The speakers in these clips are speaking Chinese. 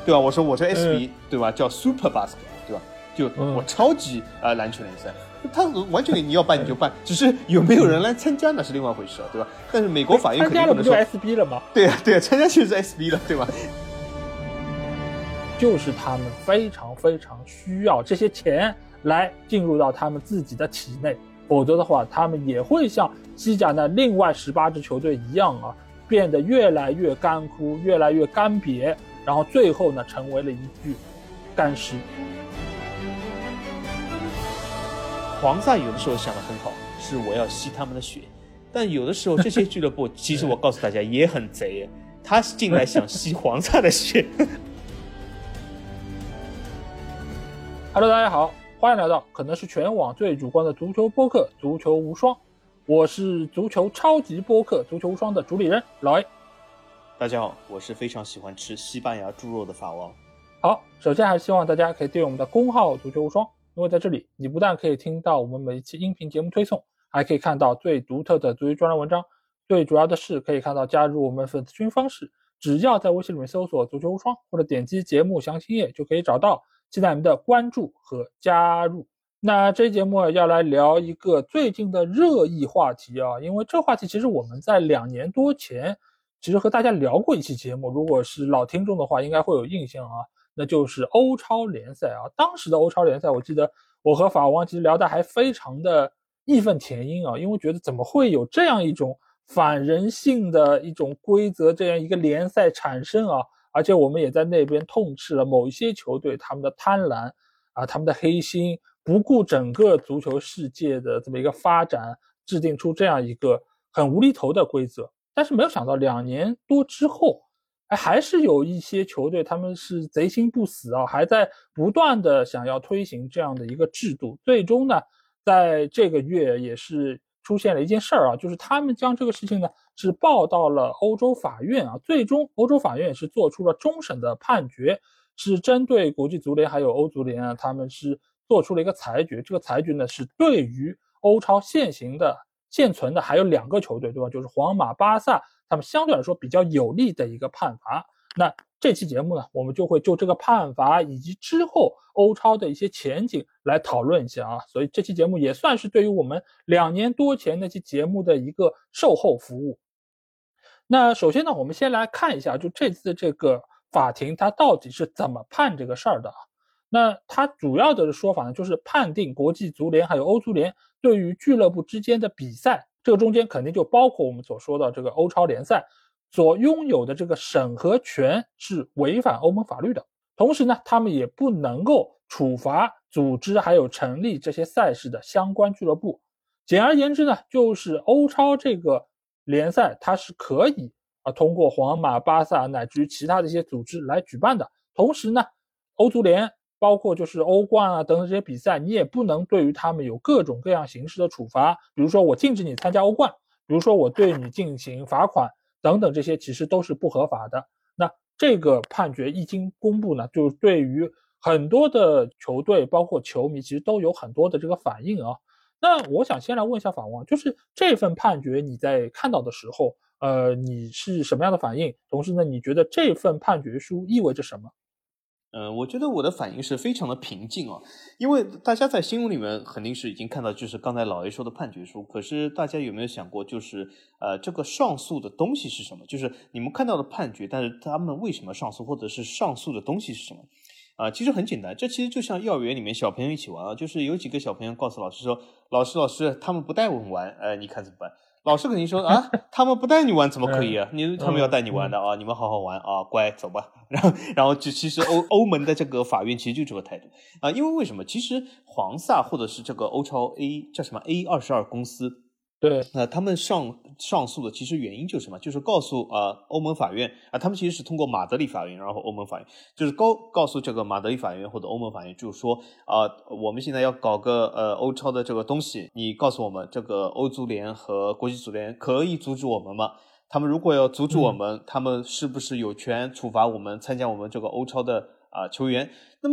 对吧？我说我是 SB，对吧？叫 Super Basketball，对吧？就我超级篮球联赛，他完全你要办你就办，只是有没有人来参加那是另外一回事，对吧？但是美国法院肯定不能说参加了不就 SB 了吗？ 对啊，对啊，参加就是 SB 了，对吧？ 就是他们非常非常需要这些钱来进入到他们自己的体内，否则的话，他们也会像西甲的另外18支球队一样啊，变得越来越干枯，越来越干瘪，然后最后呢，成为了一具干尸。 黄萨有的时候想得很好，是我要吸他们的血，但有的时候这些俱乐部其实我告诉大家也很贼，他进来想吸黄萨的血。 Hello， 大家好，欢迎来到可能是全网最主观的足球播客《足球无双》，我是足球超级播客《足球无双》的主理人老 A。 大家好，我是非常喜欢吃西班牙猪肉的法王。 好，首先还是希望大家可以订阅我们的公号《足球无双》，因为在这里你不但可以听到我们每一期音频节目推送，还可以看到最独特的足球专栏文章，最主要的是可以看到加入我们粉丝群方式，只要在微信里面搜索足球无双，或者点击节目详情页就可以找到，期待你们的关注和加入。那这期节目要来聊一个最近的热议话题啊，因为这话题其实我们在2年多前其实和大家聊过一期节目，如果是老听众的话应该会有印象啊，那就是欧超联赛啊。当时的欧超联赛我记得我和法王其实聊得还非常的义愤填膺啊，因为觉得怎么会有这样一种反人性的一种规则，这样一个联赛产生啊，而且我们也在那边痛斥了某一些球队他们的贪婪啊，他们的黑心，不顾整个足球世界的这么一个发展，制定出这样一个很无厘头的规则。但是没有想到2年多之后，还是有一些球队他们是贼心不死啊，还在不断的想要推行这样的一个制度。最终呢，在这个月也是出现了一件事儿啊，就是他们将这个事情呢是报到了欧洲法院啊，最终欧洲法院也是做出了终审的判决，是针对国际足联还有欧足联啊，他们是做出了一个裁决。这个裁决呢是对于欧超现存的还有2个球队，对吧？就是皇马、巴萨，他们相对来说比较有利的一个判罚。那这期节目呢，我们就会就这个判罚以及之后欧超的一些前景来讨论一下啊。所以这期节目也算是对于我们2年多前那期节目的一个售后服务。那首先呢，我们先来看一下，就这次这个法庭它到底是怎么判这个事儿的啊？那它主要的说法呢，就是判定国际足联还有欧足联对于俱乐部之间的比赛，这个中间肯定就包括我们所说的这个欧超联赛所拥有的这个审核权是违反欧盟法律的。同时呢，他们也不能够处罚组织还有成立这些赛事的相关俱乐部。简而言之呢，就是欧超这个联赛它是可以通过皇马、巴萨乃至于其他的一些组织来举办的。同时呢，欧足联包括就是欧冠啊等等这些比赛，你也不能对于他们有各种各样形式的处罚，比如说我禁止你参加欧冠，比如说我对你进行罚款等等，这些其实都是不合法的。那这个判决一经公布呢，就对于很多的球队包括球迷其实都有很多的这个反应啊。那我想先来问一下法王，就是这份判决你在看到的时候你是什么样的反应？同时呢，你觉得这份判决书意味着什么？ 我觉得我的反应是非常的平静啊，因为大家在新闻里面肯定是已经看到，就是刚才老 A 说的判决书。可是大家有没有想过，就是这个上诉的东西是什么？就是你们看到的判决，但是他们为什么上诉，或者是上诉的东西是什么？其实很简单，这其实就像幼儿园里面小朋友一起玩啊，就是有几个小朋友告诉老师说，老师，他们不带我们玩，你看怎么办？老师肯定说啊，他们不带你玩怎么可以啊？他们要带你玩的啊，你们好好玩啊，乖走吧。然后就其实欧盟的这个法院其实就这个态度啊，因为为什么？其实黄萨或者是这个欧超 A 叫什么 A22公司。 对， 他们上诉的其实原因就是什么？就是告诉欧盟法院他们其实是通过马德里法院，然后欧盟法院，就是告诉这个马德里法院或者欧盟法院，就是说我们现在要搞个欧超的这个东西，你告诉我们这个欧足联和国际足联可以阻止我们吗？他们如果要阻止我们，他们是不是有权处罚我们参加我们这个欧超的球员？那么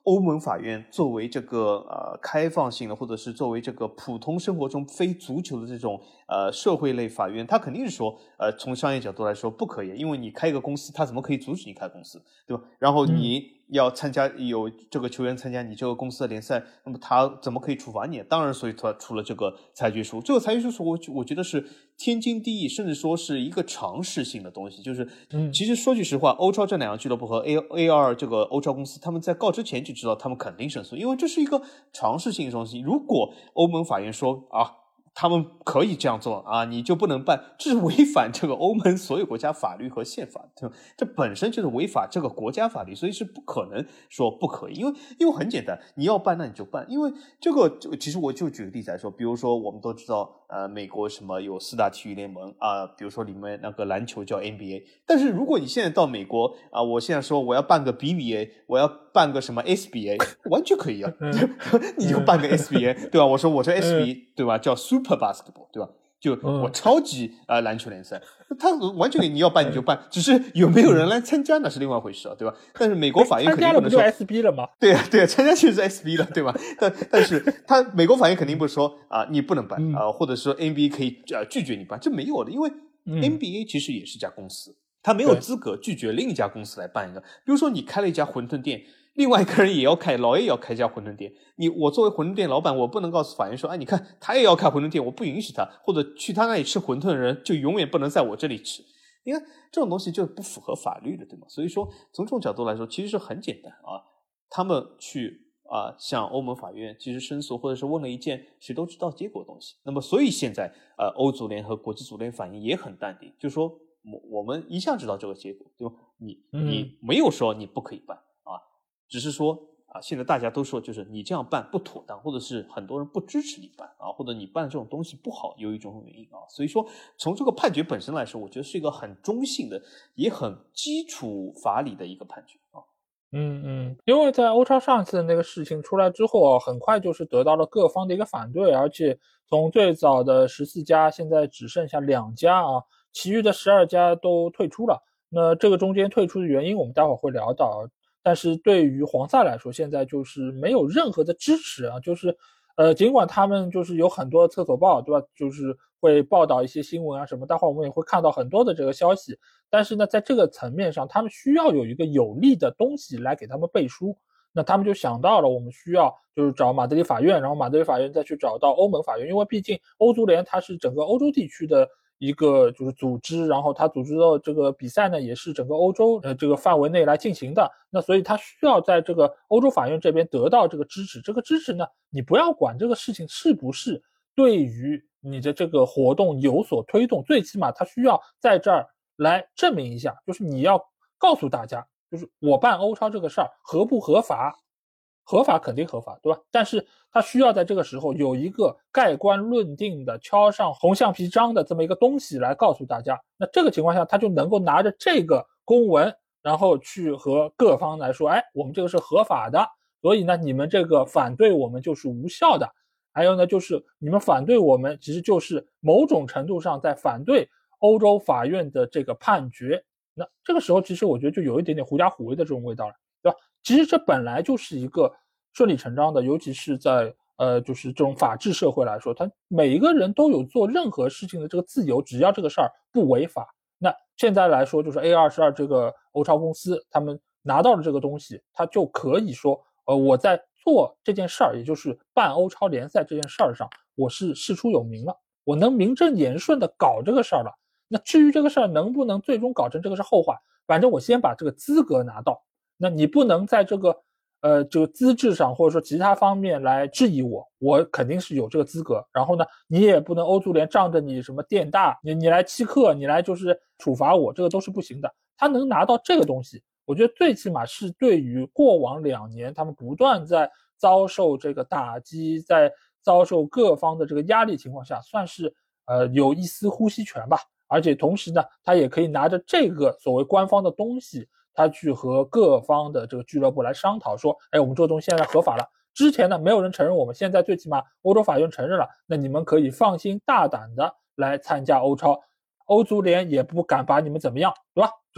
欧盟法院作为这个开放性的，或者是作为这个普通生活中非足球的这种社会类法院，它肯定是说从商业角度来说不可以，因为你开一个公司，它怎么可以阻止你开公司，对吧？然后你要参加有这个球员参加你这个公司的联赛，那么他怎么可以处罚你？当然，所以他出了这个裁决书。这个裁决书是我觉得是天经地义，甚至说是一个常识性的东西。就是其实说句实话，欧超这两个俱乐部和 A2 这个欧超公司，他们在告之前就知道他们肯定胜诉，因为这是一个常识性的东西。如果欧盟法院说他们可以这样做你就不能办，这是违反这个欧盟所有国家法律和宪法，对吧？这本身就是违法这个国家法律，所以是不可能说不可以，因为很简单，你要办那你就办，因为这个其实我就举个例子来说，比如说我们都知道美国什么有4大体育联盟比如说里面那个篮球叫 NBA， 但是如果你现在到美国我现在说我要办个 BBA， 我要办个什么 SBA， 完全可以你就办个 SBA， 对吧？我说SBA，对吧？叫 Super Basketball， 对吧？就我超级篮球联赛，他完全你要办你就办，只是有没有人来参加那是另外一回事对吧？但是美国法院肯定不能说参加了不就 SB 了吗？ 对啊，参加就是 SB 了，对吧？但是他美国法院肯定不是说你不能办或者说 NBA 可以拒绝你办，这没有的，因为 NBA 其实也是家公司，他没有资格拒绝另一家公司来办一个。比如说你开了一家馄饨店，另外一个人也要开，老爷也要开一家馄饨店，我作为馄饨店老板，我不能告诉法院说你看他也要开馄饨店，我不允许他，或者去他那里吃馄饨的人就永远不能在我这里吃。你看这种东西就不符合法律的，对吗？所以说从这种角度来说其实是很简单他们去向欧盟法院其实申诉，或者是问了一件谁都知道结果的东西。那么所以现在欧足联和国际足联反应也很淡定，就说我们一向知道这个结果，对吧？你没有说你不可以办只是说现在大家都说就是你这样办不妥当，或者是很多人不支持你办或者你办这种东西不好，有一种原因所以说从这个判决本身来说，我觉得是一个很中性的也很基础法理的一个判决因为在欧超上次的那个事情出来之后很快就是得到了各方的一个反对，而且从最早的14家现在只剩下2家其余的12家都退出了。那这个中间退出的原因我们待会儿会聊到，但是对于黄赛来说现在就是没有任何的支持就是尽管他们就是有很多厕所报，对吧？就是会报道一些新闻什么，待会儿我们也会看到很多的这个消息，但是呢在这个层面上他们需要有一个有力的东西来给他们背书。那他们就想到了我们需要就是找马德里法院，然后马德里法院再去找到欧盟法院，因为毕竟欧足联它是整个欧洲地区的一个就是组织，然后它组织的这个比赛呢也是整个欧洲这个范围内来进行的，那所以它需要在这个欧洲法院这边得到这个支持。这个支持呢，你不要管这个事情是不是对于你的这个活动有所推动，最起码它需要在这儿来证明一下，就是你要告诉大家，就是我办欧超这个事儿合不合法？合法肯定合法，对吧？但是它需要在这个时候有一个盖棺论定的敲上红橡皮章的这么一个东西来告诉大家。那这个情况下他就能够拿着这个公文然后去和各方来说我们这个是合法的，所以呢你们这个反对我们就是无效的，还有呢就是你们反对我们其实就是某种程度上在反对欧洲法院的这个判决。那这个时候其实我觉得就有一点点狐假虎威的这种味道了，对吧？其实这本来就是一个顺理成章的，尤其是在就是这种法治社会来说，他每一个人都有做任何事情的这个自由，只要这个事儿不违法。那现在来说就是 A22 这个欧超公司他们拿到了这个东西，他就可以说我在做这件事儿，也就是办欧超联赛这件事儿上我是事出有名了，我能名正言顺的搞这个事儿了。那至于这个事儿能不能最终搞成，这个是后话，反正我先把这个资格拿到。那你不能在这个这个资质上或者说其他方面来质疑我肯定是有这个资格。然后呢你也不能欧足联仗着你什么店大，你来欺客，你来就是处罚我，这个都是不行的。他能拿到这个东西，我觉得最起码是对于过往2年他们不断在遭受这个打击，在遭受各方的这个压力情况下，算是有一丝呼吸权吧。而且同时呢他也可以拿着这个所谓官方的东西，他去和各方的这个俱乐部来商讨说我们这个东西现在合法了，之前呢没有人承认我们，现在最起码欧洲法院承认了，那你们可以放心大胆的来参加欧超，欧足联也不敢把你们怎么样，对吧？这个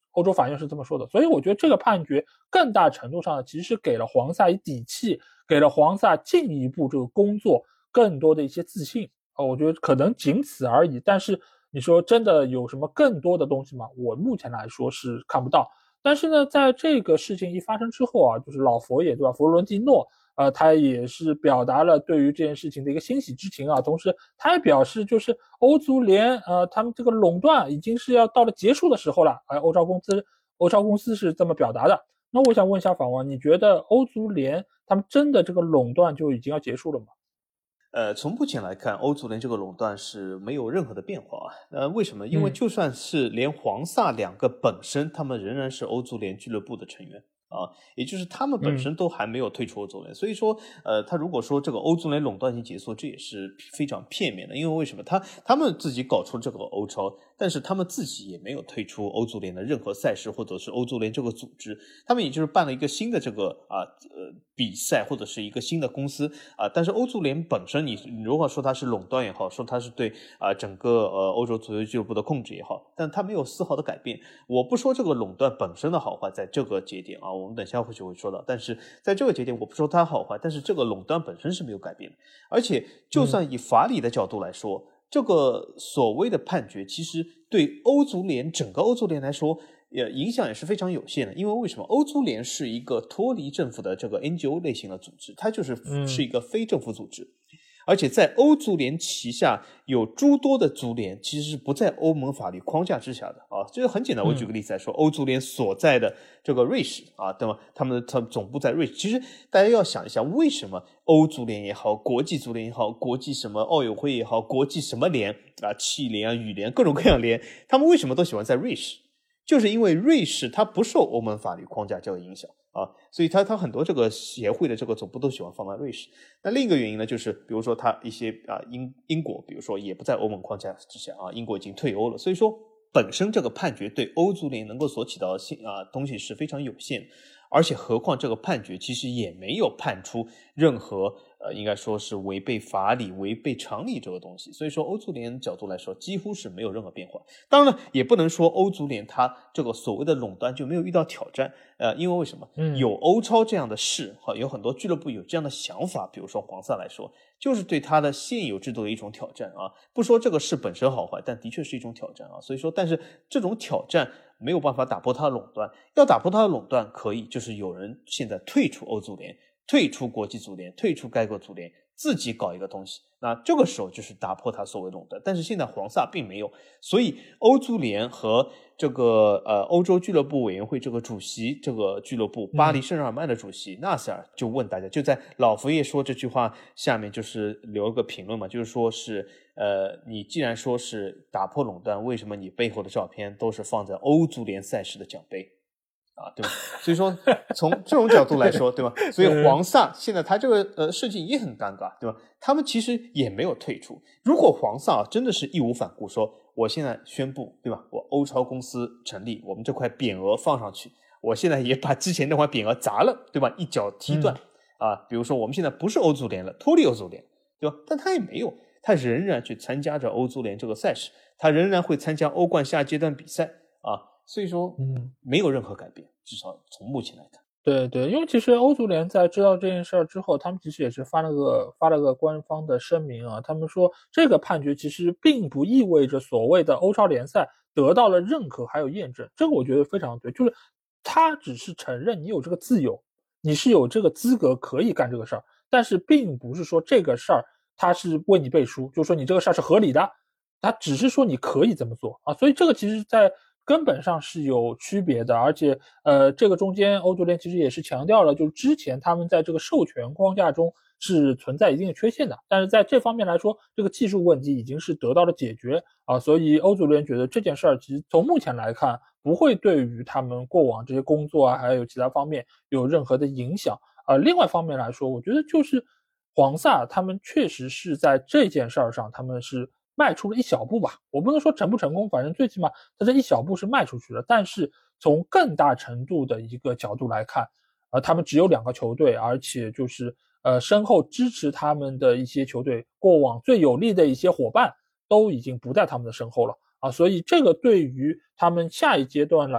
欧洲法院是这么说的。所以我觉得这个判决更大程度上其实是给了黄萨以底气，给了黄萨进一步这个工作更多的一些自信。我觉得可能仅此而已，但是你说真的有什么更多的东西吗？我目前来说是看不到。但是呢，在这个事情一发生之后啊，就是老佛爷对吧，弗洛伦蒂诺，他也是表达了对于这件事情的一个欣喜之情啊，同时他也表示就是欧足联他们这个垄断已经是要到了结束的时候了，欧超公司是这么表达的。那我想问一下法王，你觉得欧足联他们真的这个垄断就已经要结束了吗？ 从目前来看，欧足联这个垄断是没有任何的变化。为什么？因为嗯就算是连黄萨两个本身，他们仍然是欧足联俱乐部的成员啊，也就是他们本身都还没有退出欧足联。所以说，他如果说这个欧足联垄断性结束，这也是非常片面的。因为为什么？他们自己搞出这个欧超，但是他们自己也没有退出欧足联的任何赛事，或者是欧足联这个组织。他们也就是办了一个新的这个比赛，或者是一个新的公司但是欧足联本身你如果说它是垄断也好，说它是对整个欧洲足球俱乐部的控制也好，但它没有丝毫的改变。我不说这个垄断本身的好坏，在这个节点我们等下会就会说到，但是在这个节点我不说它好坏，但是这个垄断本身是没有改变的。而且就算以法理的角度来说，这个所谓的判决其实对整个欧足联来说影响也是非常有限的。因为为什么？欧足联是一个脱离政府的这个 NGO 类型的组织，它是一个非政府组织，而且在欧足联旗下有诸多的足联其实是不在欧盟法律框架之下的这个很简单。我举个例子来说，欧足联所在的这个瑞士对吗？他们总部在瑞士。其实大家要想一下，为什么欧足联也好，国际足联也好，国际什么奥委会也好，国际什么联气联羽联各种各样联，他们为什么都喜欢在瑞士？就是因为瑞士它不受欧盟法律框架这个影响所以它很多这个协会的这个总部都喜欢放在瑞士。那另一个原因呢，就是比如说它一些英国，比如说也不在欧盟框架之下英国已经退欧了，所以说本身这个判决对欧足联能够所起到的东西是非常有限的。而且何况这个判决其实也没有判出任何应该说是违背法理违背常理这个东西。所以说欧足联角度来说几乎是没有任何变化。当然也不能说欧足联它这个所谓的垄断就没有遇到挑战因为为什么有欧超这样的事有很多俱乐部有这样的想法，比如说黄萨来说就是对它的现有制度的一种挑战不说这个事本身好坏，但的确是一种挑战所以说但是这种挑战没有办法打破它的垄断。要打破它的垄断可以就是有人现在退出欧足联，退出国际足联，退出该国足联，自己搞一个东西，那这个时候就是打破它所谓垄断。但是现在黄萨并没有，所以欧足联和这个欧洲俱乐部委员会这个主席，这个俱乐部巴黎圣日耳曼的主席纳塞尔就问大家，就在老佛爷说这句话下面就是留个评论嘛，就是说是你既然说是打破垄断，为什么你背后的照片都是放在欧足联赛事的奖杯对吧？所以说从这种角度来说对吧？所以黄萨现在他这个事情也很尴尬对吧？他们其实也没有退出。如果黄萨真的是义无反顾说我现在宣布对吧，我欧超公司成立，我们这块匾额放上去，我现在也把之前那块匾额砸了对吧，一脚踢断比如说我们现在不是欧足联了，脱离欧足联对吧？但他也没有，他仍然去参加着欧足联这个赛事，他仍然会参加欧冠下阶段比赛所以说没有任何改变，至少从目前来看。 对，因为其实欧足联在知道这件事儿之后，他们其实也是发了个官方的声明他们说这个判决其实并不意味着所谓的欧超联赛得到了认可还有验证，这个我觉得非常对，就是他只是承认你有这个自由，你是有这个资格可以干这个事儿，但是并不是说这个事儿他是为你背书，就是说你这个事儿是合理的，他只是说你可以这么做所以这个其实在根本上是有区别的。而且这个中间欧足联其实也是强调了，就是之前他们在这个授权框架中是存在一定的缺陷的，但是在这方面来说这个技术问题已经是得到了解决所以欧足联觉得这件事儿其实从目前来看不会对于他们过往这些工作还有其他方面有任何的影响另外一方面来说，我觉得就是黄萨他们确实是在这件事儿上他们是迈出了一小步吧，我不能说成不成功，反正最起码他这一小步是迈出去了。但是从更大程度的一个角度来看他们只有2个球队，而且就是身后支持他们的一些球队，过往最有力的一些伙伴都已经不在他们的身后了所以这个对于他们下一阶段来说，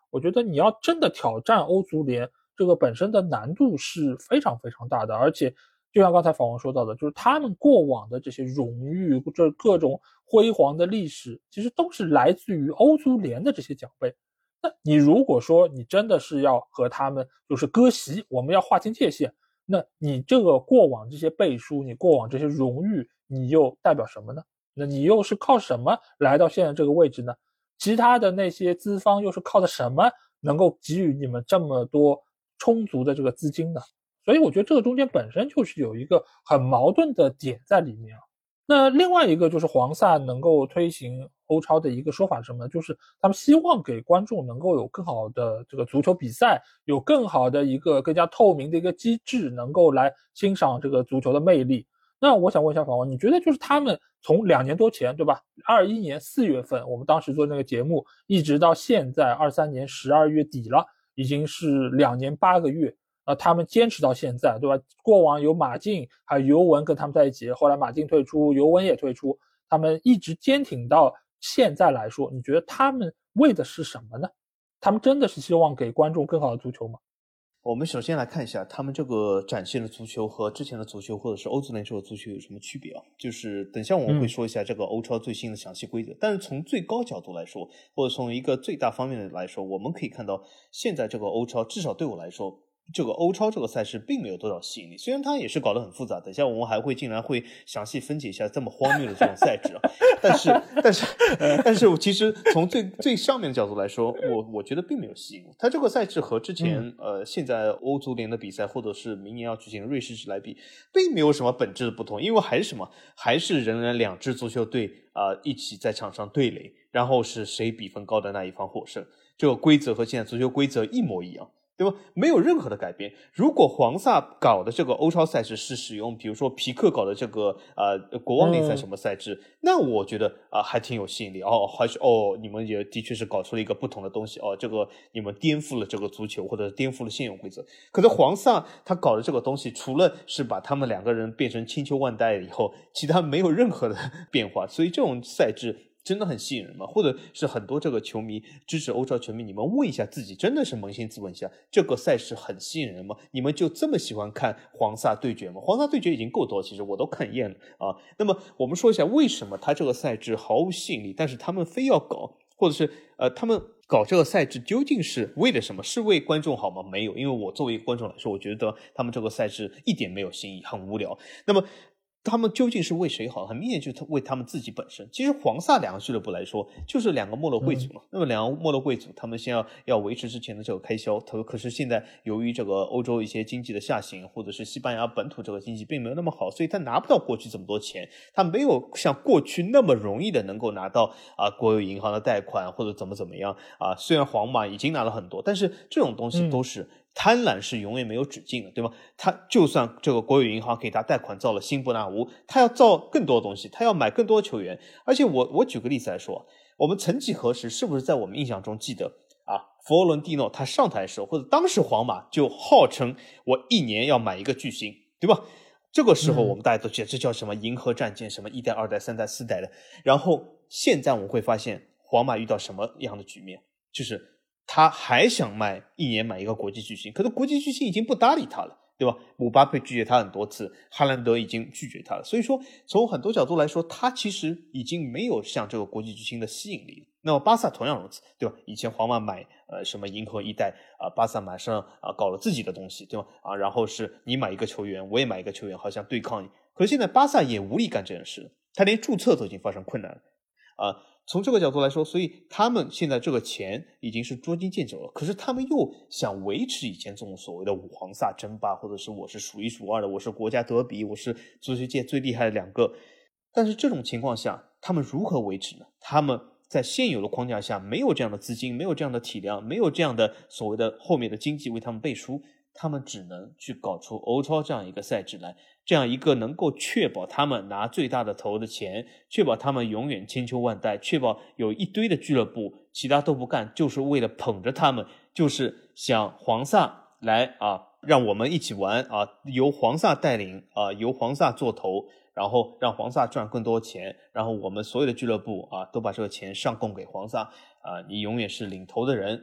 我觉得你要真的挑战欧足联，这个本身的难度是非常非常大的，而且就像刚才法王说到的，就是他们过往的这些荣誉，这各种辉煌的历史，其实都是来自于欧足联的这些奖杯。那你如果说你真的是要和他们就是割席，我们要划清界限，那你这个过往这些背书，你过往这些荣誉，你又代表什么呢？那你又是靠什么来到现在这个位置呢？其他的那些资方又是靠的什么能够给予你们这么多充足的这个资金呢？所以我觉得这个中间本身就是有一个很矛盾的点在里面啊。那另外一个就是黄萨能够推行欧超的一个说法是什么呢？就是他们希望给观众能够有更好的这个足球比赛，有更好的一个更加透明的一个机制，能够来欣赏这个足球的魅力。那我想问一下法王，你觉得就是他们从2年多前，对吧？21年4月份，我们当时做那个节目，一直到现在23年12月底了，已经是2年8个月。他们坚持到现在，对吧？过往有马竞还有尤文跟他们在一起，后来马竞退出，尤文也退出，他们一直坚挺到现在来说，你觉得他们为的是什么呢？他们真的是希望给观众更好的足球吗？ 我们首先来看一下他们这个展现的足球和之前的足球或者是欧足联这个足球有什么区别啊？就是等下我们会说一下这个欧超最新的详细规则，但是从最高角度来说，或者从一个最大方面的来说，我们可以看到现在这个欧超至少对我来说，这个欧超这个赛事并没有多少吸引力，虽然它也是搞得很复杂，等下我们还会竟然会详细分解一下这么荒谬的这种赛制啊。但是其实从最上面的角度来说，我觉得并没有吸引我。它这个赛制和之前现在欧足联的比赛或者是明年要举行的瑞士制来比，并没有什么本质的不同，因为还是什么，还是仍然2支足球队一起在场上对垒，然后是谁比分高的那一方获胜，这个规则和现在足球规则一模一样。对吧？没有任何的改变。如果黄萨搞的这个欧超赛事是使用，比如说皮克搞的这个国王联赛什么赛制，那我觉得还挺有吸引力哦。还是你们也的确是搞出了一个不同的东西哦，这个你们颠覆了这个足球，或者颠覆了现有规则。可是黄萨他搞的这个东西，除了是把他们2个人变成千秋万代以后，其他没有任何的变化。所以这种赛制真的很吸引人吗？或者是很多这个球迷支持欧超球迷，你们问一下自己，真的是扪心自问一下，这个赛事很吸引人吗？你们就这么喜欢看黄萨对决吗？黄萨对决已经够多，其实我都看厌了啊。那么我们说一下为什么他这个赛制毫无吸引力，但是他们非要搞，或者是他们搞这个赛制究竟是为了什么？是为观众好吗？没有，因为我作为一个观众来说，我觉得他们这个赛制一点没有新意，很无聊。那么他们究竟是为谁好？很明显就是为他们自己本身。其实黄萨2个俱乐部来说，就是2个没落贵族嘛。那么2个没落贵族，他们先要维持之前的这个开销，可是现在由于这个欧洲一些经济的下行，或者是西班牙本土这个经济并没有那么好，所以他拿不到过去这么多钱，他没有像过去那么容易的能够拿到国有银行的贷款或者怎么样啊。虽然皇马已经拿了很多，但是这种东西都是贪婪是永远没有止境的，对吗？他就算这个国有银行给他贷款造了新伯纳乌，他要造更多的东西，他要买更多的球员。而且我举个例子来说，我们曾几何时是不是在我们印象中记得佛罗伦蒂诺他上台的时候，或者当时皇马就号称我1年要买一个巨星，对吧？这个时候我们大家都觉得这叫什么银河战舰，什么1代2代3代4代的。然后现在我们会发现皇马遇到什么样的局面，就是他还想1年买一个国际巨星，可是国际巨星已经不搭理他了，对吧？姆巴佩拒绝他很多次，哈兰德已经拒绝他了。所以说从很多角度来说，他其实已经没有像这个国际巨星的吸引力。那么巴萨同样如此，对吧？以前皇马买什么银河1代巴萨马上搞了自己的东西，对吧？然后是你买一个球员，我也买一个球员，好像对抗你。可是现在巴萨也无力干这件事了，他连注册都已经发生困难了从这个角度来说，所以他们现在这个钱已经是捉襟见肘了，可是他们又想维持以前这种所谓的黄萨争霸，或者是我是数1数2的，我是国家德比，我是足球界最厉害的2个。但是这种情况下，他们如何维持呢？他们在现有的框架下没有这样的资金，没有这样的体量，没有这样的所谓的后面的经济为他们背书，他们只能去搞出欧超这样一个赛制来，这样一个能够确保他们拿最大的头的钱，确保他们永远千秋万代，确保有一堆的俱乐部其他都不干，就是为了捧着他们，就是想黄萨来让我们一起玩由黄萨带领由黄萨做头，然后让黄萨赚更多钱，然后我们所有的俱乐部都把这个钱上供给黄萨你永远是领头的人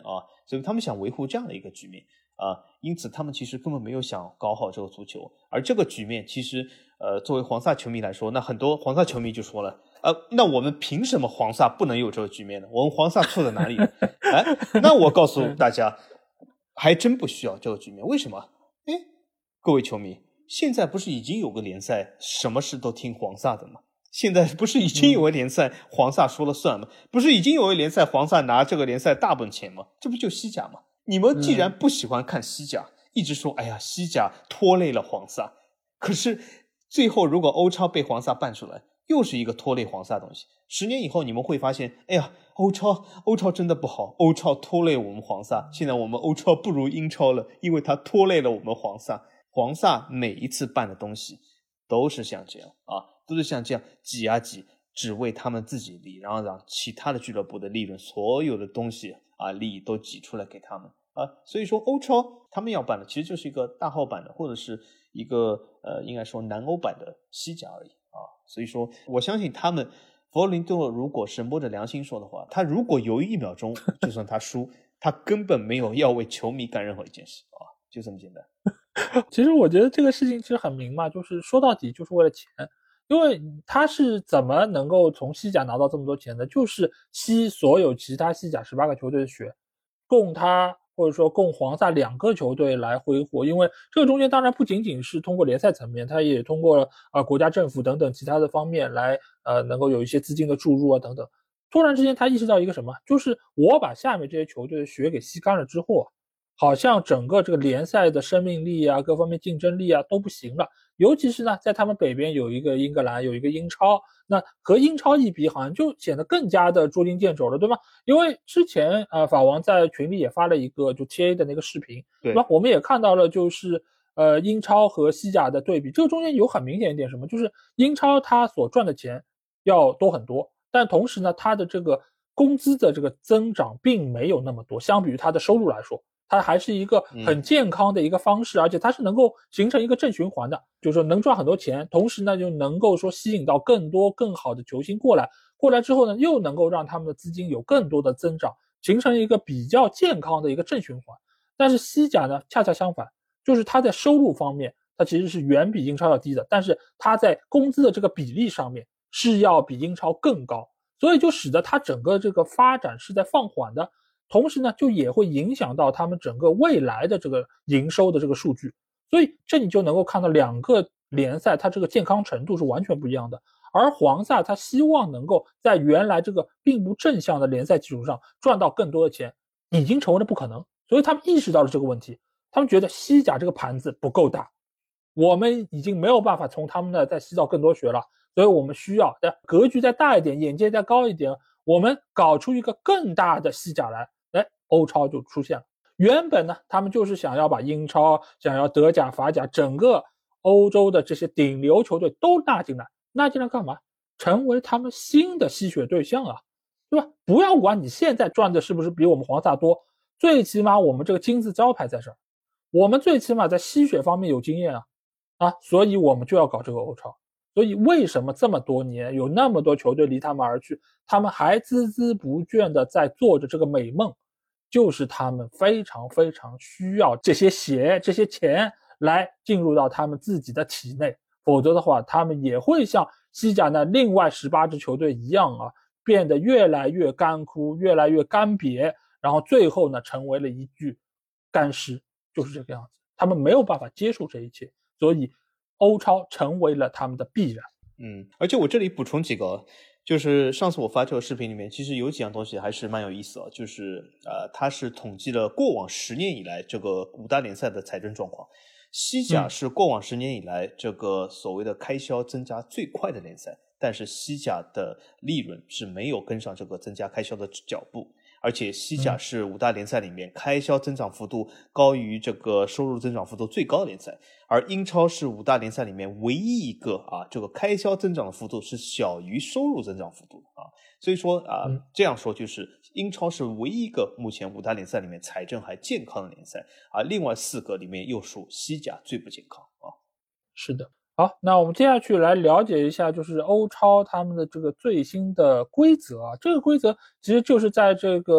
所以他们想维护这样的一个局面因此他们其实根本没有想搞好这个足球。而这个局面其实作为黄萨球迷来说，那很多黄萨球迷就说了那我们凭什么黄萨不能有这个局面呢？我们黄萨错在哪里了？那我告诉大家，还真不需要这个局面。为什么？各位球迷，现在不是已经有个联赛什么事都听黄萨的吗？现在不是已经有个联赛黄萨说了算吗？不是已经有个联赛黄萨拿这个联赛大本钱吗？这不就西甲吗？你们既然不喜欢看西甲，一直说哎呀西甲拖累了黄萨，可是最后如果欧超被黄萨办出来，又是一个拖累黄萨的东西。10年以后你们会发现，哎呀欧超真的不好，欧超拖累我们黄萨，现在我们欧超不如英超了，因为它拖累了我们黄萨。黄萨每一次办的东西都是像这样都是像这样挤啊挤，只为他们自己利，然后让其他的俱乐部的利润，所有的东西利益都挤出来给他们所以说欧超他们要办的其实就是一个大号版的，或者是一个应该说南欧版的西甲而已所以说我相信他们佛罗伦蒂如果是摸着良心说的话，他如果犹豫1秒钟就算他输他根本没有要为球迷干任何一件事就这么简单。 其实我觉得这个事情其实很明嘛，就是说到底就是为了钱。因为他是怎么能够从西甲拿到这么多钱的，就是吸所有其他西甲18个球队的血，供他或者说供黄萨2个球队来挥霍。因为这个中间当然不仅仅是通过联赛层面，他也通过国家政府等等其他的方面来能够有一些资金的注入等等。突然之间他意识到一个什么，就是我把下面这些球队的血给吸干了之后好像整个这个联赛的生命力各方面竞争力都不行了。尤其是呢，在他们北边有一个英格兰，有一个英超，那和英超一比，好像就显得更加的捉襟见肘了，对吗？因为之前法王在群里也发了一个就 TA 的那个视频，对吧？我们也看到了，就是英超和西甲的对比，这个中间有很明显一点什么，就是英超它所赚的钱要多很多，但同时呢，它的这个工资的这个增长并没有那么多，相比于它的收入来说。它还是一个很健康的一个方式，而且它是能够形成一个正循环的，就是说能赚很多钱，同时呢就能够说吸引到更多更好的球星过来之后呢，又能够让他们的资金有更多的增长，形成一个比较健康的一个正循环。但是西甲呢恰恰相反，就是它在收入方面它其实是远比英超要低的，但是它在工资的这个比例上面是要比英超更高，所以就使得它整个这个发展是在放缓的。同时呢，就也会影响到他们整个未来的这个营收的这个数据，所以这你就能够看到2个联赛它这个健康程度是完全不一样的。而黄萨他希望能够在原来这个并不正向的联赛基础上赚到更多的钱，已经成为了不可能。所以他们意识到了这个问题，他们觉得西甲这个盘子不够大，我们已经没有办法从他们那再吸到更多血了，所以我们需要格局再大一点，眼界再高一点，我们搞出一个更大的西甲来。欧超就出现了。原本呢，他们就是想要把英超、想要德甲、法甲整个欧洲的这些顶流球队都纳进来，纳进来干嘛？成为他们新的吸血对象对吧？不要管你现在赚的是不是比我们黄萨多，最起码我们这个金字招牌在这儿，我们最起码在吸血方面有经验所以我们就要搞这个欧超。所以为什么这么多年有那么多球队离他们而去，他们还孜孜不倦的在做着这个美梦，就是他们非常非常需要这些血这些钱来进入到他们自己的体内，否则的话他们也会像西甲的另外18支球队一样变得越来越干枯，越来越干瘪，然后最后呢成为了一具干尸，就是这个样子。他们没有办法接受这一切，所以欧超成为了他们的必然。 而且我这里补充几个，就是上次我发这个视频里面，其实有几样东西还是蛮有意思就是它是统计了过往10年以来这个5大联赛的财政状况。西甲是过往10年以来这个所谓的开销增加最快的联赛，但是西甲的利润是没有跟上这个增加开销的脚步。而且西甲是5大联赛里面开销增长幅度高于这个收入增长幅度最高的联赛，而英超是5大联赛里面唯一一个这个开销增长的幅度是小于收入增长幅度所以说这样说就是英超是唯一一个目前5大联赛里面财政还健康的联赛，而另外4个里面又属西甲最不健康是的。好，那我们接下去来了解一下就是欧超他们的这个最新的规则这个规则其实就是在这个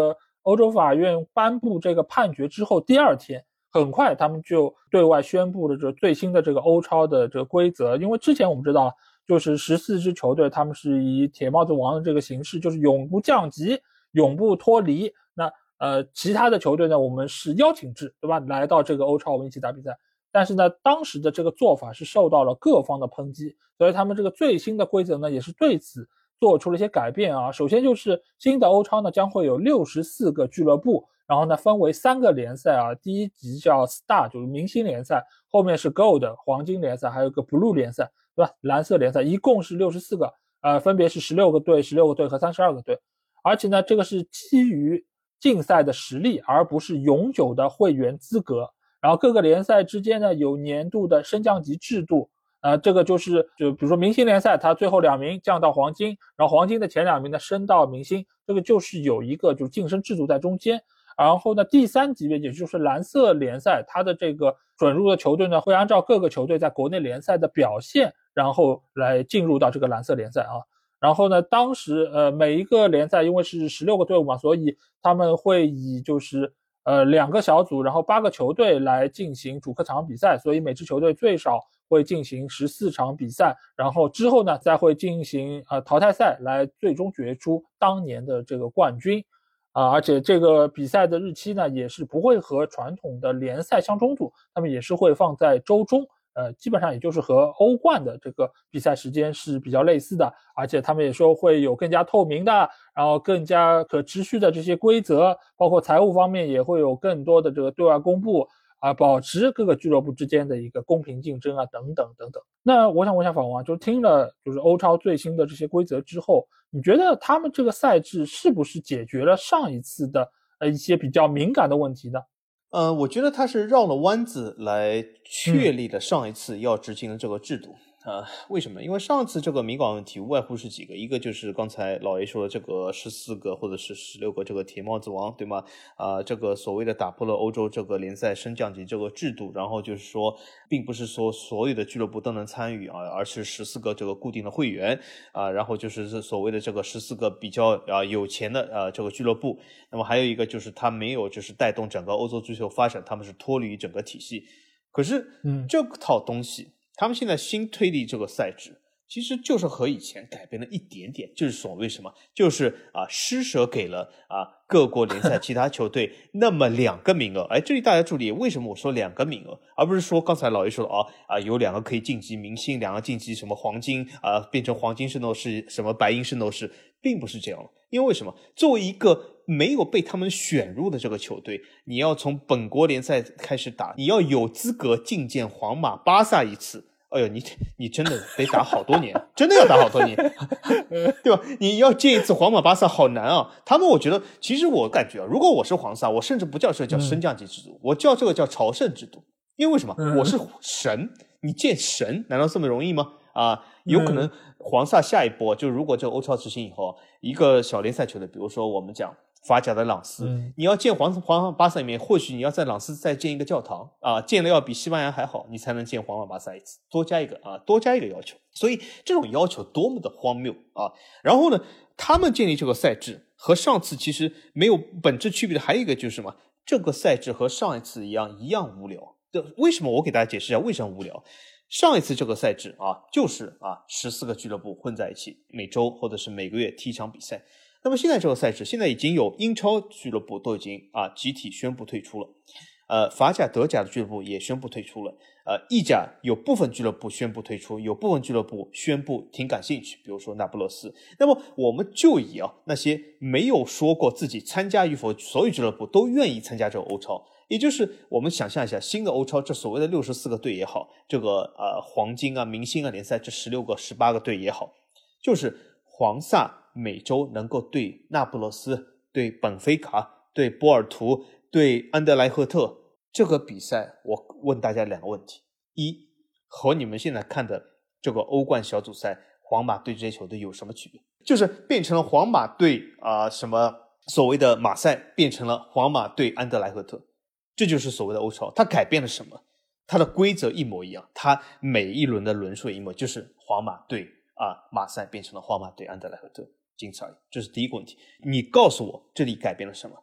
欧洲法院颁布这个判决之后第2天，很快他们就对外宣布了这最新的这个欧超的这个规则。因为之前我们知道，就是14支球队他们是以铁帽子王的这个形式，就是永不降级，永不脱离。那其他的球队呢，我们是邀请制，对吧？来到这个欧超我们一起打比赛。但是呢，当时的这个做法是受到了各方的抨击，所以他们这个最新的规则呢，也是对此做出了一些改变啊。首先就是新的欧超呢，将会有64个俱乐部，然后呢分为3个联赛啊，第一级叫 Star 就是明星联赛，后面是 Gold 黄金联赛，还有个 Blue 联赛，对吧？蓝色联赛，一共是64个，分别是16个队、16个队和32个队。而且呢，这个是基于竞赛的实力，而不是永久的会员资格。然后各个联赛之间呢有年度的升降级制度，这个就比如说明星联赛，它最后2名降到黄金，然后黄金的前2名呢升到明星，这个就是有一个就是晋升制度在中间。然后呢，第3级别也就是蓝色联赛，它的这个准入的球队呢会按照各个球队在国内联赛的表现，然后来进入到这个蓝色联赛啊。然后呢，当时每一个联赛因为是16个队伍嘛，所以他们会以就是2个小组，然后8个球队来进行主客场比赛，所以每支球队最少会进行14场比赛，然后之后呢再会进行淘汰赛来最终决出当年的这个冠军而且这个比赛的日期呢也是不会和传统的联赛相冲突，他们也是会放在周中。基本上也就是和欧冠的这个比赛时间是比较类似的，而且他们也说会有更加透明的，然后更加可持续的这些规则，包括财务方面也会有更多的这个对外公布保持各个俱乐部之间的一个公平竞争等等等等。那我想问一下法王就听了就是欧超最新的这些规则之后，你觉得他们这个赛制是不是解决了上一次的一些比较敏感的问题呢？ 我觉得他是绕了弯子来确立了上一次要执行的这个制度。为什么？因为上次这个敏感问题无外乎是几个，一个就是刚才老 A 说的这个14个或者是16个这个铁帽子王，对吗？这个所谓的打破了欧洲这个联赛升降级这个制度，然后就是说并不是说所有的俱乐部都能参与而是14个这个固定的会员然后就是所谓的这个14个比较有钱的这个俱乐部。那么还有一个就是它没有就是带动整个欧洲足球发展，他们是脱离整个体系。可是这套东西他们现在新推理这个赛制其实就是和以前改变了一点点，就是所谓什么，就是施舍给了各国联赛其他球队那么2个名额。这里大家注意，为什么我说2个名额，而不是说刚才老爷说的有2个可以晋级明星，2个晋级什么黄金变成黄金圣斗士，什么白银圣斗士，并不是这样了。因为为什么？作为一个没有被他们选入的这个球队，你要从本国联赛开始打，你要有资格觐见皇马、巴萨一次。哎呦，你真的得打好多年，真的要打好多年，对吧？你要见一次皇马、巴萨好难啊！他们我觉得，其实我感觉如果我是皇萨，我甚至不叫这个叫升降级制度，我叫这个叫朝圣制度。因为为什么？我是神，你见神难道这么容易吗？有可能皇萨下一波就如果这个欧超执行以后，一个小联赛球队，比如说我们讲法甲的朗斯，你要建皇马巴萨里面，或许你要在朗斯再建一个教堂建了要比西班牙还好，你才能建皇马巴萨一次，多加一个要求。所以这种要求多么的荒谬然后呢，他们建立这个赛制和上次其实没有本质区别的还有一个就是什么，这个赛制和上一次一样无聊。为什么？我给大家解释一下为什么无聊。上一次这个赛制就是14个俱乐部混在一起，每周或者是每个月踢一场比赛。那么现在这个赛制，现在已经有英超俱乐部都已经集体宣布退出了，法甲、德甲的俱乐部也宣布退出了，意甲有部分俱乐部宣布退出，有部分俱乐部宣布挺感兴趣，比如说那不勒斯。那么我们就以那些没有说过自己参加与否，所有俱乐部都愿意参加这个欧超。也就是我们想象一下新的欧超，这所谓的64个队也好，这个黄金明星联赛这16个18个队也好，就是皇萨每周能够对那不勒斯、对本菲卡、对波尔图、对安德莱赫特这个比赛，我问大家2个问题：一，和你们现在看的这个欧冠小组赛皇马对这些球队有什么区别？就是变成了皇马对什么所谓的马赛变成了皇马对安德莱赫特，这就是所谓的欧超。它改变了什么？它的规则一模一样，它每一轮的轮数一模，就是皇马对马赛变成了皇马对安德莱赫特，仅此而已。这是第一个问题。你告诉我这里改变了什么？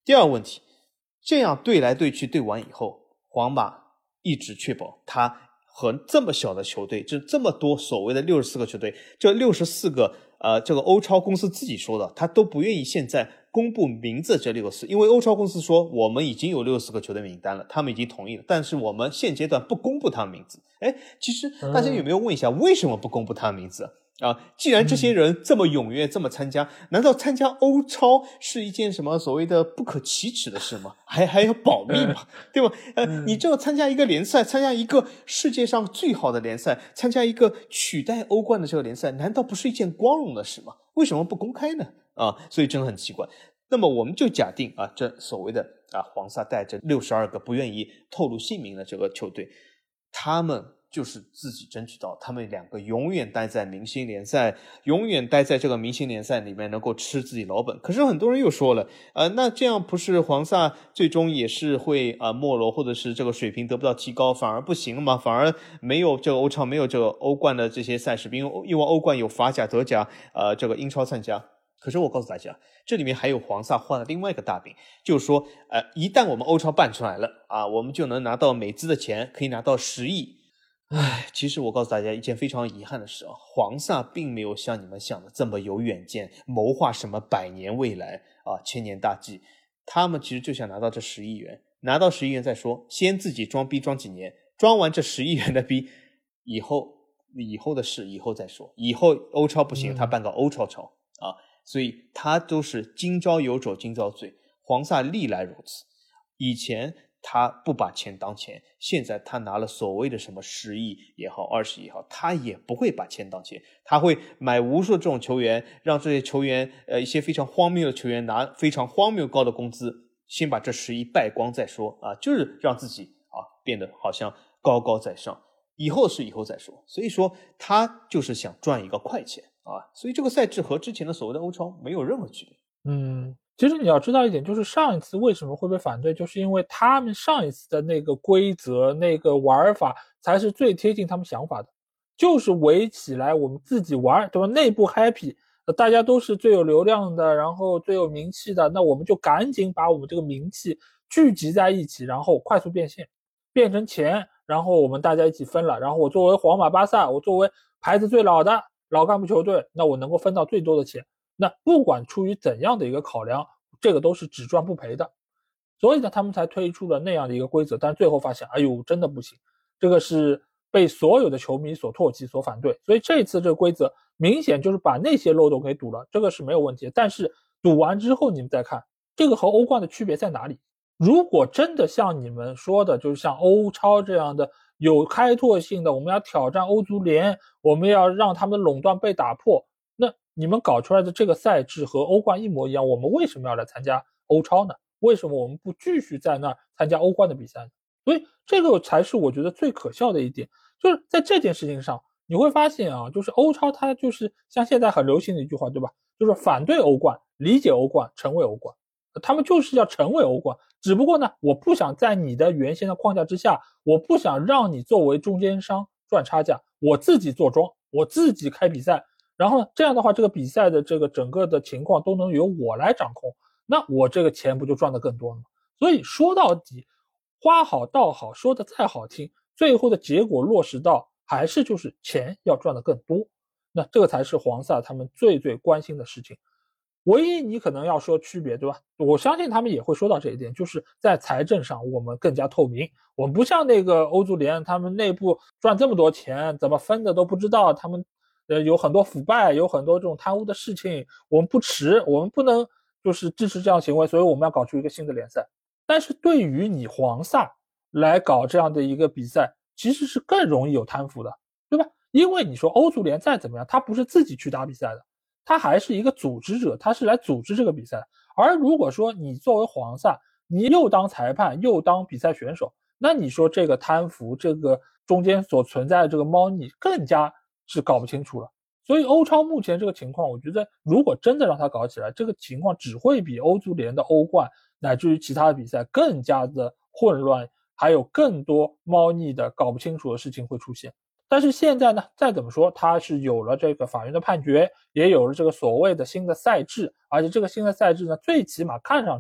第二个问题，这样对来对去对完以后，皇马一直确保他和这么小的球队，这么多所谓的64个球队，这64个这个欧超公司自己说的，他都不愿意现在公布名字这64，因为欧超公司说我们已经有64个球队名单了，他们已经同意了，但是我们现阶段不公布他们名字。其实大家有没有问一下，为什么不公布他的名字既然这些人这么踊跃这么参加，难道参加欧超是一件什么所谓的不可启齿的事吗？还要保密吗？对吧？你这参加一个联赛，参加一个世界上最好的联赛，参加一个取代欧冠的这个联赛，难道不是一件光荣的事吗？为什么不公开呢？所以真的很奇怪。那么我们就假定这所谓的黄萨带着62个不愿意透露姓名的这个球队，他们就是自己争取到他们两个永远待在明星联赛，永远待在这个明星联赛里面能够吃自己老本。可是很多人又说了那这样不是黄萨最终也是会没落，或者是这个水平得不到提高，反而不行了吗？反而没有这个欧超，没有这个欧冠的这些赛事，因为欧冠有法甲、德甲这个英超参加。可是我告诉大家，这里面还有黄萨画的另外一个大饼，就是说一旦我们欧超办出来了我们就能拿到美资的钱，可以拿到10亿。其实我告诉大家一件非常遗憾的事黄萨并没有像你们想的这么有远见，谋划什么100年未来千年大计。他们其实就想拿到这10亿元，拿到10亿元再说，先自己装逼装几年，装完这10亿元的逼以后的事以后再说，以后欧超不行他办个欧超超所以他都是今朝有酒今朝醉，黄萨历来如此。以前他不把钱当钱，现在他拿了所谓的什么10亿也好20亿也好，他也不会把钱当钱，他会买无数这种球员，让这些球员一些非常荒谬的球员拿非常荒谬高的工资，先把这10亿败光再说就是让自己变得好像高高在上，以后是以后再说。所以说他就是想赚一个快钱所以这个赛制和之前的所谓的欧超没有任何区别。 其实你要知道一点，就是上一次为什么会被反对，就是因为他们上一次的那个规则那个玩法才是最贴近他们想法的，就是围起来我们自己玩，对吧？内部 happy，大家都是最有流量的，然后最有名气的，那我们就赶紧把我们这个名气聚集在一起，然后快速变现，变成钱，然后我们大家一起分了，然后我作为皇马巴萨，我作为牌子最老的老干部球队，那我能够分到最多的钱。那不管出于怎样的一个考量，这个都是只赚不赔的。所以呢，他们才推出了那样的一个规则，但最后发现，哎呦，真的不行，这个是被所有的球迷所唾弃、所反对。所以这次这个规则明显就是把那些漏洞给堵了，这个是没有问题的。但是堵完之后，你们再看，这个和欧冠的区别在哪里？如果真的像你们说的，就是像欧超这样的有开拓性的，我们要挑战欧足联，我们要让他们的垄断被打破，那你们搞出来的这个赛制和欧冠一模一样，我们为什么要来参加欧超呢？为什么我们不继续在那儿参加欧冠的比赛呢？所以这个才是我觉得最可笑的一点，就是在这件事情上，你会发现就是欧超它就是像现在很流行的一句话，对吧？就是反对欧冠，理解欧冠，成为欧冠。他们就是要成为欧冠，只不过呢，我不想在你的原先的框架之下，我不想让你作为中间商赚差价，我自己做庄，我自己开比赛，然后呢，这样的话，这个比赛的这个整个的情况都能由我来掌控，那我这个钱不就赚得更多了吗？所以说到底，花好道好，说的再好听，最后的结果落实到还是就是钱要赚得更多，那这个才是黄萨他们最关心的事情。唯一你可能要说区别，对吧？我相信他们也会说到这一点，就是在财政上我们更加透明，我们不像那个欧足联，他们内部赚这么多钱，怎么分的都不知道，他们有很多腐败，有很多这种贪污的事情，我们不耻，我们不能就是支持这样行为，所以我们要搞出一个新的联赛。但是对于你黄萨来搞这样的一个比赛，其实是更容易有贪腐的，对吧？因为你说欧足联再怎么样，他不是自己去打比赛的，他还是一个组织者，他是来组织这个比赛。而如果说你作为黄萨，你又当裁判又当比赛选手，那你说这个贪腐，这个中间所存在的这个猫腻更加是搞不清楚了。所以欧超目前这个情况，我觉得如果真的让他搞起来，这个情况只会比欧足联的欧冠乃至于其他的比赛更加的混乱，还有更多猫腻的搞不清楚的事情会出现。但是现在呢，再怎么说，它是有了这个法院的判决，也有了这个所谓的新的赛制，而且这个新的赛制呢，最起码看上去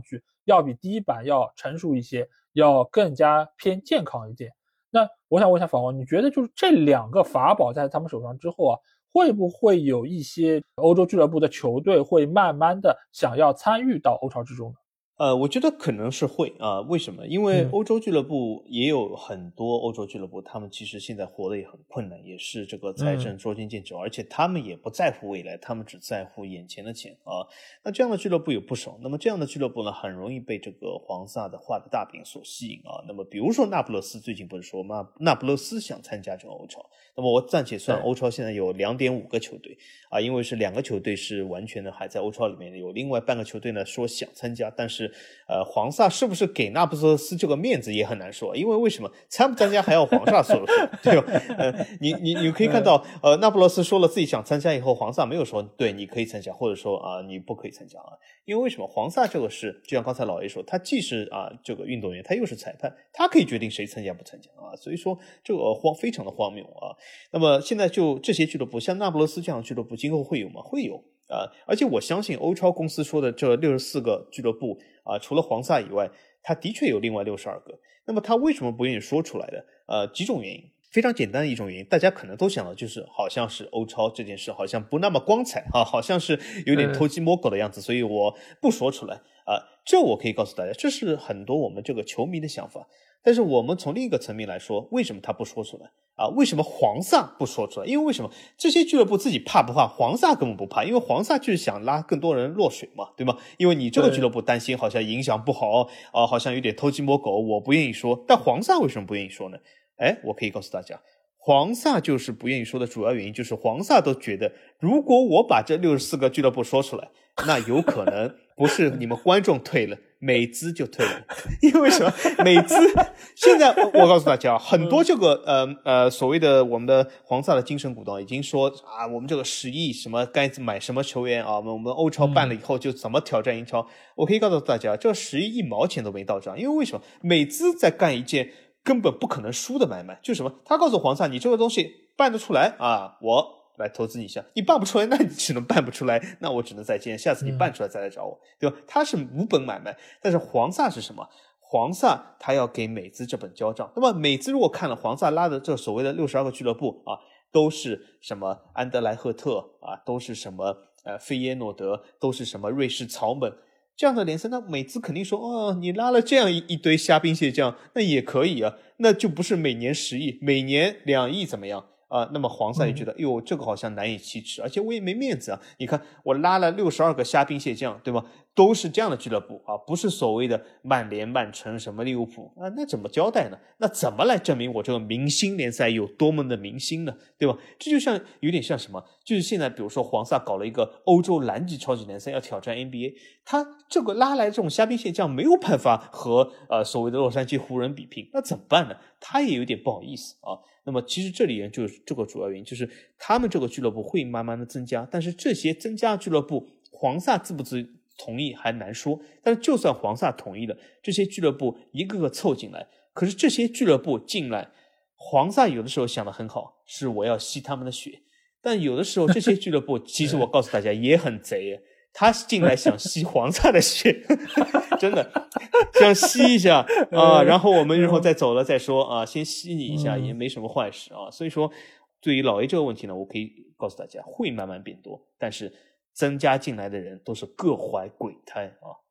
要比第一版要成熟一些，要更加偏健康一点。那我想问一下法王，你觉得就是这2个法宝在他们手上之后啊，会不会有一些欧洲俱乐部的球队会慢慢的想要参与到欧超之中呢？ 我觉得可能是会啊，为什么？因为欧洲俱乐部也有很多欧洲俱乐部，他们其实现在活得也很困难，也是这个财政捉襟见肘，而且他们也不在乎未来，他们只在乎眼前的钱啊。那这样的俱乐部有不少，那么这样的俱乐部呢，很容易被这个黄萨的画的大饼所吸引啊。那么比如说那不勒斯最近不是说嘛，那不勒斯想参加这个欧超，那么我暂且算欧超现在有2.5个球队啊，因为是2个球队是完全的还在欧超里面的，有另外半个球队呢说想参加，但是黄萨是不是给那不勒斯这个面子也很难说，因为为什么参不参加还要黄萨说了说，对吧？你可以看到，那不勒斯说了自己想参加以后，黄萨没有说对你可以参加，或者说你不可以参加啊，因为为什么黄萨这个是就像刚才老 A 说，他既是这个运动员，他又是裁判，他可以决定谁参加不参加啊，所以说这个非常的荒谬啊。那么现在就这些俱乐部，像那不勒斯这样的俱乐部，今后会有吗？会有。而且我相信欧超公司说的这64个俱乐部除了黄萨以外，他的确有另外62个。那么他为什么不愿意说出来的？几种原因。非常简单的一种原因，大家可能都想到，就是好像是欧超这件事好像不那么光彩好像是有点偷鸡摸狗的样子，所以我不说出来这我可以告诉大家，这是很多我们这个球迷的想法。但是我们从另一个层面来说，为什么他不说出来为什么黄萨不说出来？因为为什么这些俱乐部自己怕不怕？黄萨根本不怕，因为黄萨就是想拉更多人落水嘛，对吗？因为你这个俱乐部担心好像影响不好好像有点偷鸡摸狗，我不愿意说。但黄萨为什么不愿意说呢？我可以告诉大家，黄萨就是不愿意说的主要原因，就是黄萨都觉得，如果我把这64个俱乐部说出来，那有可能不是你们观众退了，美资就退了。因为什么？美资现在我告诉大家，很多这个所谓的我们的黄萨的精神股东已经说我们这个10亿什么该买什么球员我们欧超办了以后就怎么挑战英超。我可以告诉大家，这10亿1毛钱都没到账，因为为什么？美资在干一件根本不可能输的买卖，就是什么？他告诉黄萨，你这个东西办得出来我来投资你一下，你办不出来，那你只能办不出来，那我只能再见，下次你办出来再来找我，对吧？他是无本买卖，但是黄萨是什么？黄萨他要给美资这本交账，那么美资如果看了黄萨拉的这所谓的62个俱乐部都是什么安德莱赫特都是什么费耶诺德，都是什么瑞士草本。这样的联赛，那美资肯定说你拉了这样一堆虾兵蟹将，那也可以那就不是每年10亿，每年2亿怎么样那么黄萨也觉得这个好像难以启齿，而且我也没面子你看我拉了62个虾兵蟹将，对吗？都是这样的俱乐部不是所谓的曼联、曼城什么利物浦那怎么交代呢？那怎么来证明我这个明星联赛有多么的明星呢？对吧？这就像有点像什么？就是现在比如说黄萨搞了一个欧洲蓝级超级联赛要挑战 NBA， 他这个拉来这种虾兵蟹将没有办法和所谓的洛杉矶湖人比拼，那怎么办呢？他也有点不好意思那么其实这里就是这个主要原因，就是他们这个俱乐部会慢慢的增加，但是这些增加俱乐部黄萨自不自同意还难说，但是就算黄萨同意了，这些俱乐部一个个凑进来，可是这些俱乐部进来，黄萨有的时候想得很好，是我要吸他们的血，但有的时候这些俱乐部其实我告诉大家也很贼他进来想吸黄萨的血真的想吸一下然后我们日后再走了再说先吸你一下也没什么坏事所以说对于老 A 这个问题呢，我可以告诉大家会慢慢变多，但是增加进来的人都是各怀鬼胎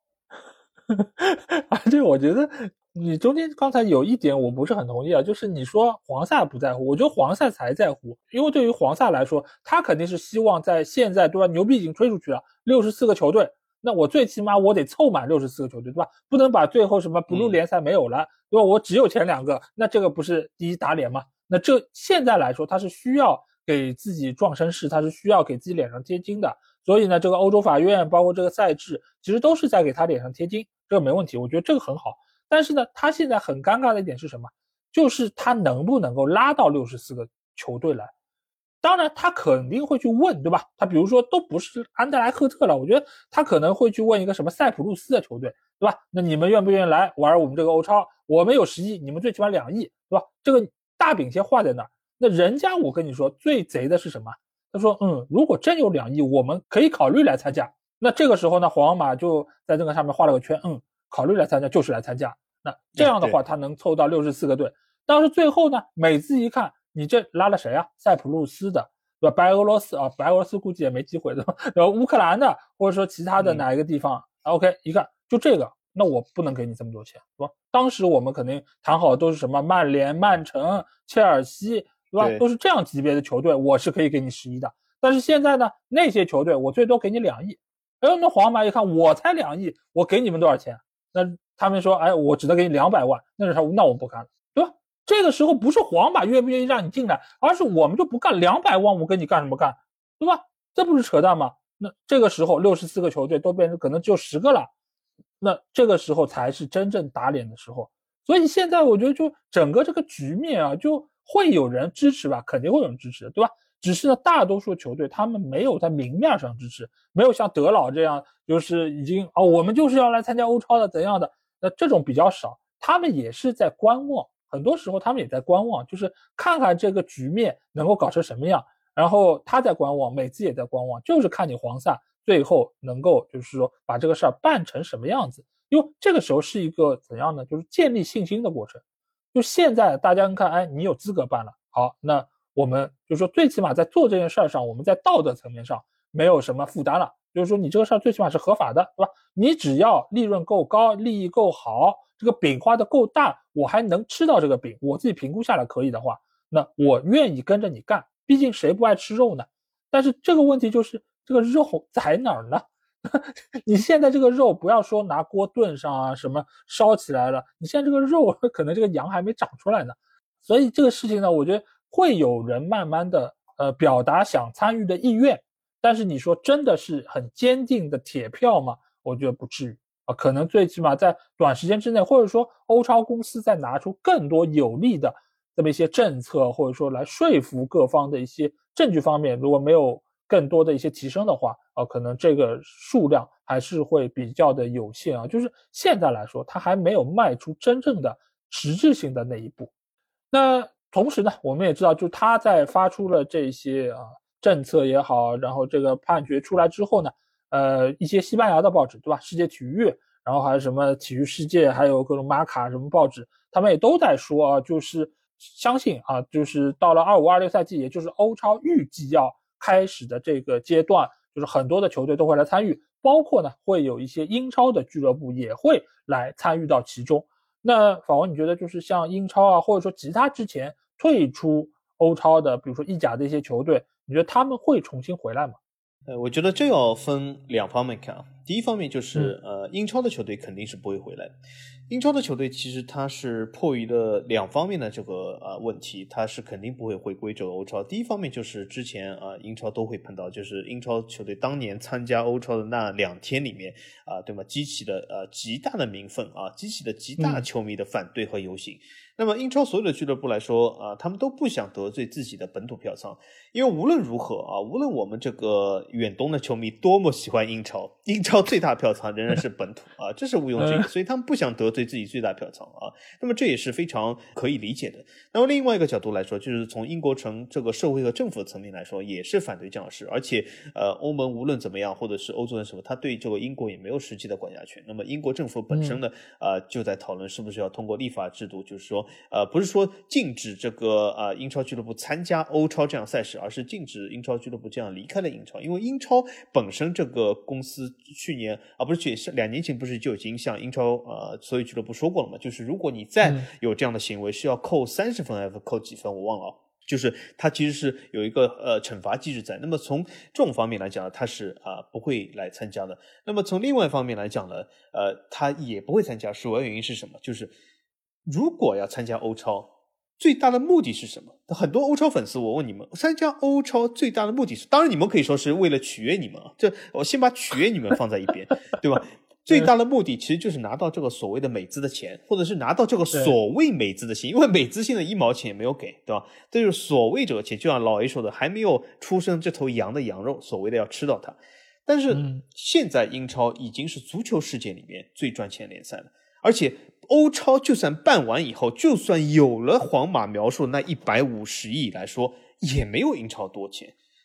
而且我觉得你中间刚才有一点我不是很同意就是你说黄萨不在乎，我觉得黄萨才在乎，因为对于黄萨来说，他肯定是希望在现在对吧，牛逼已经吹出去了，64个球队，那我最起码我得凑满64个球队对吧，不能把最后什么 Blue 联赛没有了对吧，我只有前2个，那这个不是第一打脸吗？那这现在来说他是需要给自己壮声势，他是需要给自己脸上贴金的，所以呢这个欧洲法院包括这个赛制其实都是在给他脸上贴金，这个没问题，我觉得这个很好。但是呢他现在很尴尬的一点是什么？就是他能不能够拉到64个球队来。当然他肯定会去问对吧，他比如说都不是安德莱赫特了，我觉得他可能会去问一个什么塞浦路斯的球队对吧，那你们愿不愿意来玩我们这个欧超，我们有10亿，你们最起码2亿对吧，这个大饼先画在那儿。那人家我跟你说最贼的是什么？他说如果真有2亿我们可以考虑来参加。那这个时候呢皇马就在这个上面画了个圈考虑来参加就是来参加。那这样的话，他能凑到64个队。但是最后呢，美资一看，你这拉了谁啊？塞浦路斯的，对吧？白俄罗斯啊，白俄罗斯估计也没机会，对吧？然后乌克兰的，或者说其他的哪一个地方，OK， 一看就这个，那我不能给你这么多钱，对吧？当时我们肯定谈好都是什么曼联、曼城、切尔西，对吧？都是这样级别的球队，我是可以给你11的。但是现在呢，那些球队我最多给你2亿。哎呦，那皇马一看我才2亿，我给你们多少钱？那他们说，哎，我只能给你200万，那我不干了，对吧？这个时候不是皇马愿不愿意让你进来，而是我们就不干200万，我跟你干什么干，对吧？这不是扯淡吗？那这个时候64个球队都变成可能就10个了，那这个时候才是真正打脸的时候。所以现在我觉得就整个这个局面啊，就会有人支持吧，肯定会有人支持，对吧？只是呢，大多数球队他们没有在明面上支持，没有像德老这样，就是已经我们就是要来参加欧超的怎样的，那这种比较少，他们也是在观望，很多时候他们也在观望，就是看看这个局面能够搞成什么样，然后他在观望，美资也在观望，就是看你黄萨最后能够就是说把这个事儿办成什么样子，因为这个时候是一个怎样呢？就是建立信心的过程。就现在大家看，哎，你有资格办了，好，那我们就是说最起码在做这件事上，我们在道德层面上没有什么负担了，就是说你这个事儿最起码是合法的，对吧？你只要利润够高，利益够好，这个饼画的够大，我还能吃到这个饼，我自己评估下来可以的话，那我愿意跟着你干，毕竟谁不爱吃肉呢？但是这个问题就是这个肉在哪儿呢？你现在这个肉不要说拿锅炖上啊，什么烧起来了，你现在这个肉可能这个羊还没长出来呢。所以这个事情呢，我觉得会有人慢慢的表达想参与的意愿，但是你说真的是很坚定的铁票吗？我觉得不至于啊，可能最起码在短时间之内，或者说欧超公司再拿出更多有利的这么一些政策，或者说来说服各方的一些证据方面，如果没有更多的一些提升的话，可能这个数量还是会比较的有限啊。就是现在来说，它还没有迈出真正的实质性的那一步。那同时呢，我们也知道，就他在发出了这些政策也好，然后这个判决出来之后呢，一些西班牙的报纸，对吧？世界体育，然后还有什么体育世界，还有各种马卡什么报纸，他们也都在说啊，就是相信啊，就是到了25-26赛季，也就是欧超预计要开始的这个阶段，就是很多的球队都会来参与，包括呢会有一些英超的俱乐部也会来参与到其中。那法文你觉得就是像英超啊，或者说其他之前退出欧超的，比如说意甲的一些球队，你觉得他们会重新回来吗？ 我觉得这要分2方面看啊。第一方面就是英超的球队肯定是不会回来。英超的球队其实它是迫于了2方面的这个问题，它是肯定不会回归这个欧超。第一方面就是之前英超都会碰到，就是英超球队当年参加欧超的那2天里面对吗？激起了极大的民愤激起了极大球迷的反对和游行。那么英超所有的俱乐部来说他们都不想得罪自己的本土票仓，因为无论如何无论我们这个远东的球迷多么喜欢英超，英超最大票仓仍然是本土这是毋庸置疑，所以他们不想得罪自己最大票仓那么这也是非常可以理解的。那么另外一个角度来说，就是从英国城这个社会和政府的层面来说，也是反对这样的事，而且欧盟无论怎么样，或者是欧洲人什么，他对这个英国也没有实际的管辖权。那么英国政府本身呢就在讨论是不是要通过立法制度，就是说不是说禁止这个英超俱乐部参加欧超这样赛事，而是禁止英超俱乐部这样离开了英超。因为英超本身这个公司去年不是2年前不是就已经向英超所有俱乐部说过了嘛，就是如果你再有这样的行为是要扣30分还是扣几分我忘了就是它其实是有一个惩罚机制在。那么从这种方面来讲它是不会来参加的。那么从另外一方面来讲呢它也不会参加，主要原因是什么？就是如果要参加欧超，最大的目的是什么？很多欧超粉丝，我问你们，参加欧超最大的目的是，当然你们可以说是为了取悦你们这我先把取悦你们放在一边对吧？最大的目的其实就是拿到这个所谓的美资的钱，或者是拿到这个所谓美资的钱，因为美资现在1毛钱也没有给，对吧？这就是所谓这个钱，就像老 A 说的，还没有出生这头羊的羊肉，所谓的要吃到它。但是现在英超已经是足球世界里面最赚钱联赛了，而且欧超就算办完以后，就算有了皇马描述那150亿来说，也没有英超多钱。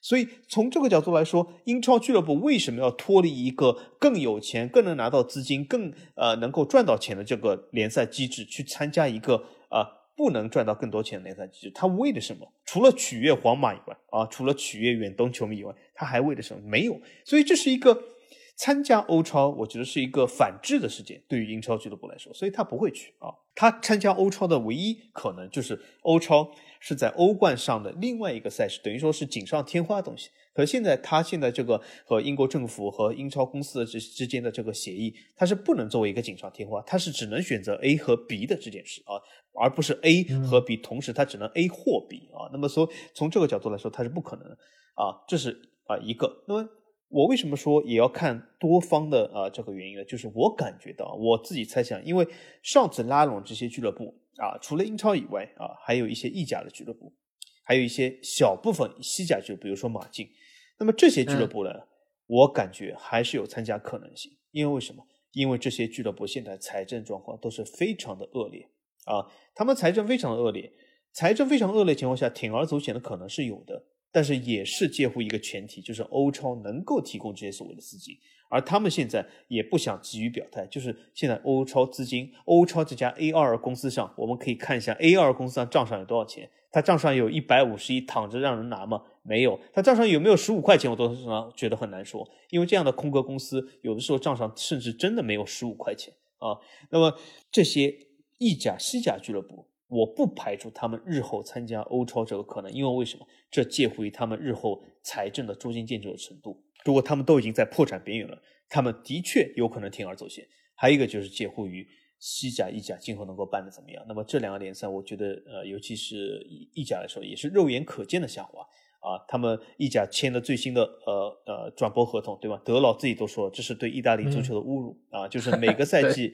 所以从这个角度来说，英超俱乐部为什么要脱离一个更有钱、更能拿到资金、更能够赚到钱的这个联赛机制，去参加一个不能赚到更多钱的联赛机制？他为了什么？除了取悦皇马以外除了取悦远东球迷以外，他还为了什么？没有。所以这是一个参加欧超，我觉得是一个反制的事件，对于英超俱乐部来说，所以他不会去他参加欧超的唯一可能就是欧超是在欧冠上的另外一个赛事，等于说是锦上添花的东西。可是他现在这个和英国政府和英超公司之间的这个协议，它是不能作为一个锦上添花，它是只能选择 A 和 B 的这件事而不是 A 和 B 同时它只能 A 或 B 那么说从这个角度来说它是不可能的这是一个。那么我为什么说也要看多方的这个原因呢？就是我感觉到，我自己猜想，因为上次拉拢这些俱乐部除了英超以外还有一些意甲的俱乐部，还有一些小部分西甲俱乐部，比如说马竞。那么这些俱乐部呢，我感觉还是有参加可能性。因为为什么？因为这些俱乐部现在财政状况都是非常的恶劣他们财政非常的恶劣，情况下铤而走险的可能是有的，但是也是介乎一个前提，就是欧超能够提供这些所谓的资金，而他们现在也不想急于表态。就是现在欧超资金，欧超这家 A2 公司上，我们可以看一下 A2 公司上账上有多少钱。他账上有150亿躺着让人拿吗？没有。他账上有没有15块钱，我都觉得很难说，因为这样的空壳公司有的时候账上甚至真的没有15块钱那么这些意甲西甲俱乐部，我不排除他们日后参加欧超这个可能。因为为什么？这介乎于他们日后财政的捉襟见肘的程度。如果他们都已经在破产边缘了，他们的确有可能铤而走险。还有一个就是介乎于西甲意甲今后能够办得怎么样。那么这两个联赛我觉得尤其是意甲来说也是肉眼可见的下滑他们意甲签的最新的转播合同，对吧？德劳自己都说这是对意大利足球的侮辱就是每个赛季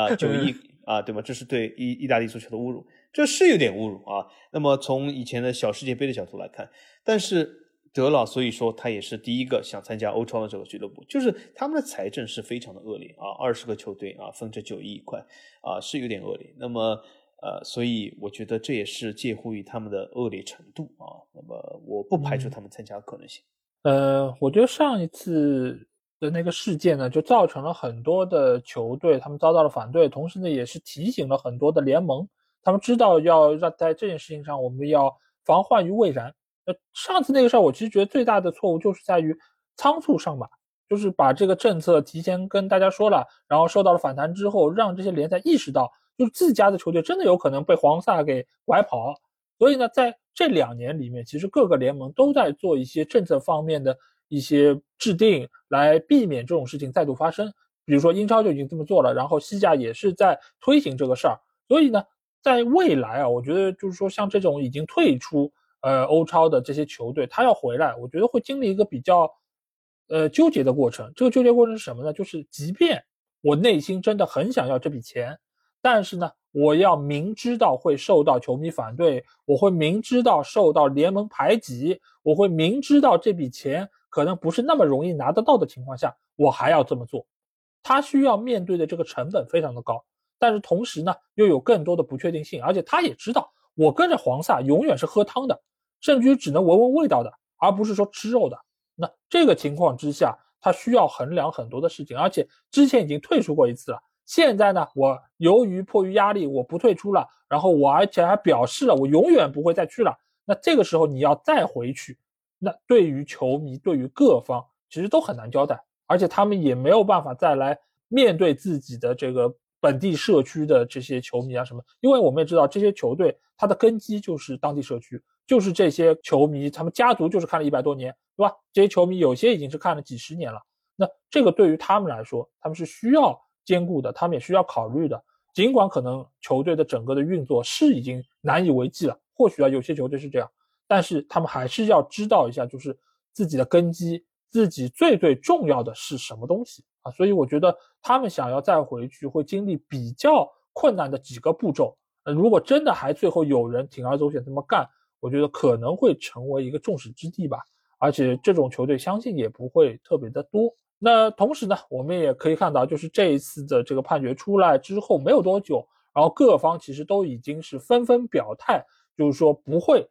9亿对吗？这是对意大利足球的侮辱，这是有点侮辱那么从以前的小世界杯的角度来看，但是德劳所以说他也是第一个想参加欧超的这个俱乐部，就是他们的财政是非常的恶劣20个球队分这9亿块是有点恶劣。那么所以我觉得这也是介乎于他们的恶劣程度那么我不排除他们参加的可能性。 我觉得上一次的那个事件呢，就造成了很多的球队他们遭到了反对，同时呢也是提醒了很多的联盟，他们知道要在这件事情上我们要防患于未然。上次那个事儿我其实觉得最大的错误就是在于仓促上马，就是把这个政策提前跟大家说了，然后受到了反弹之后，让这些联赛意识到就是自家的球队真的有可能被黄萨给拐跑。所以呢在这2年里面，其实各个联盟都在做一些政策方面的一些制定，来避免这种事情再度发生。比如说英超就已经这么做了，然后西甲也是在推行这个事儿。所以呢在未来我觉得就是说像这种已经退出欧超的这些球队，他要回来，我觉得会经历一个比较纠结的过程。这个纠结过程是什么呢？就是即便我内心真的很想要这笔钱，但是呢我要明知道会受到球迷反对，我会明知道受到联盟排挤，我会明知道这笔钱可能不是那么容易拿得到的情况下，我还要这么做。他需要面对的这个成本非常的高，但是同时呢又有更多的不确定性，而且他也知道我跟着黄萨永远是喝汤的，甚至于只能闻闻味道的，而不是说吃肉的。那这个情况之下，他需要衡量很多的事情，而且之前已经退出过一次了。现在呢我迫于压力我不退出了，然后我而且还表示了我永远不会再去了。那这个时候你要再回去，那对于球迷对于各方其实都很难交代，而且他们也没有办法再来面对自己的这个本地社区的这些球迷什么。因为我们也知道这些球队它的根基就是当地社区，就是这些球迷他们家族就是看了100多年，对吧？这些球迷有些已经是看了几十年了，那这个对于他们来说他们是需要兼顾的，他们也需要考虑的。尽管可能球队的整个的运作是已经难以为继了，或许有些球队是这样，但是他们还是要知道一下就是自己的根基，自己最重要的是什么东西所以我觉得他们想要再回去会经历比较困难的几个步骤。如果真的还最后有人铤而走险这么干，我觉得可能会成为一个众矢之的吧，而且这种球队相信也不会特别的多。那同时呢我们也可以看到就是这一次的这个判决出来之后没有多久，然后各方其实都已经是纷纷表态，就是说不会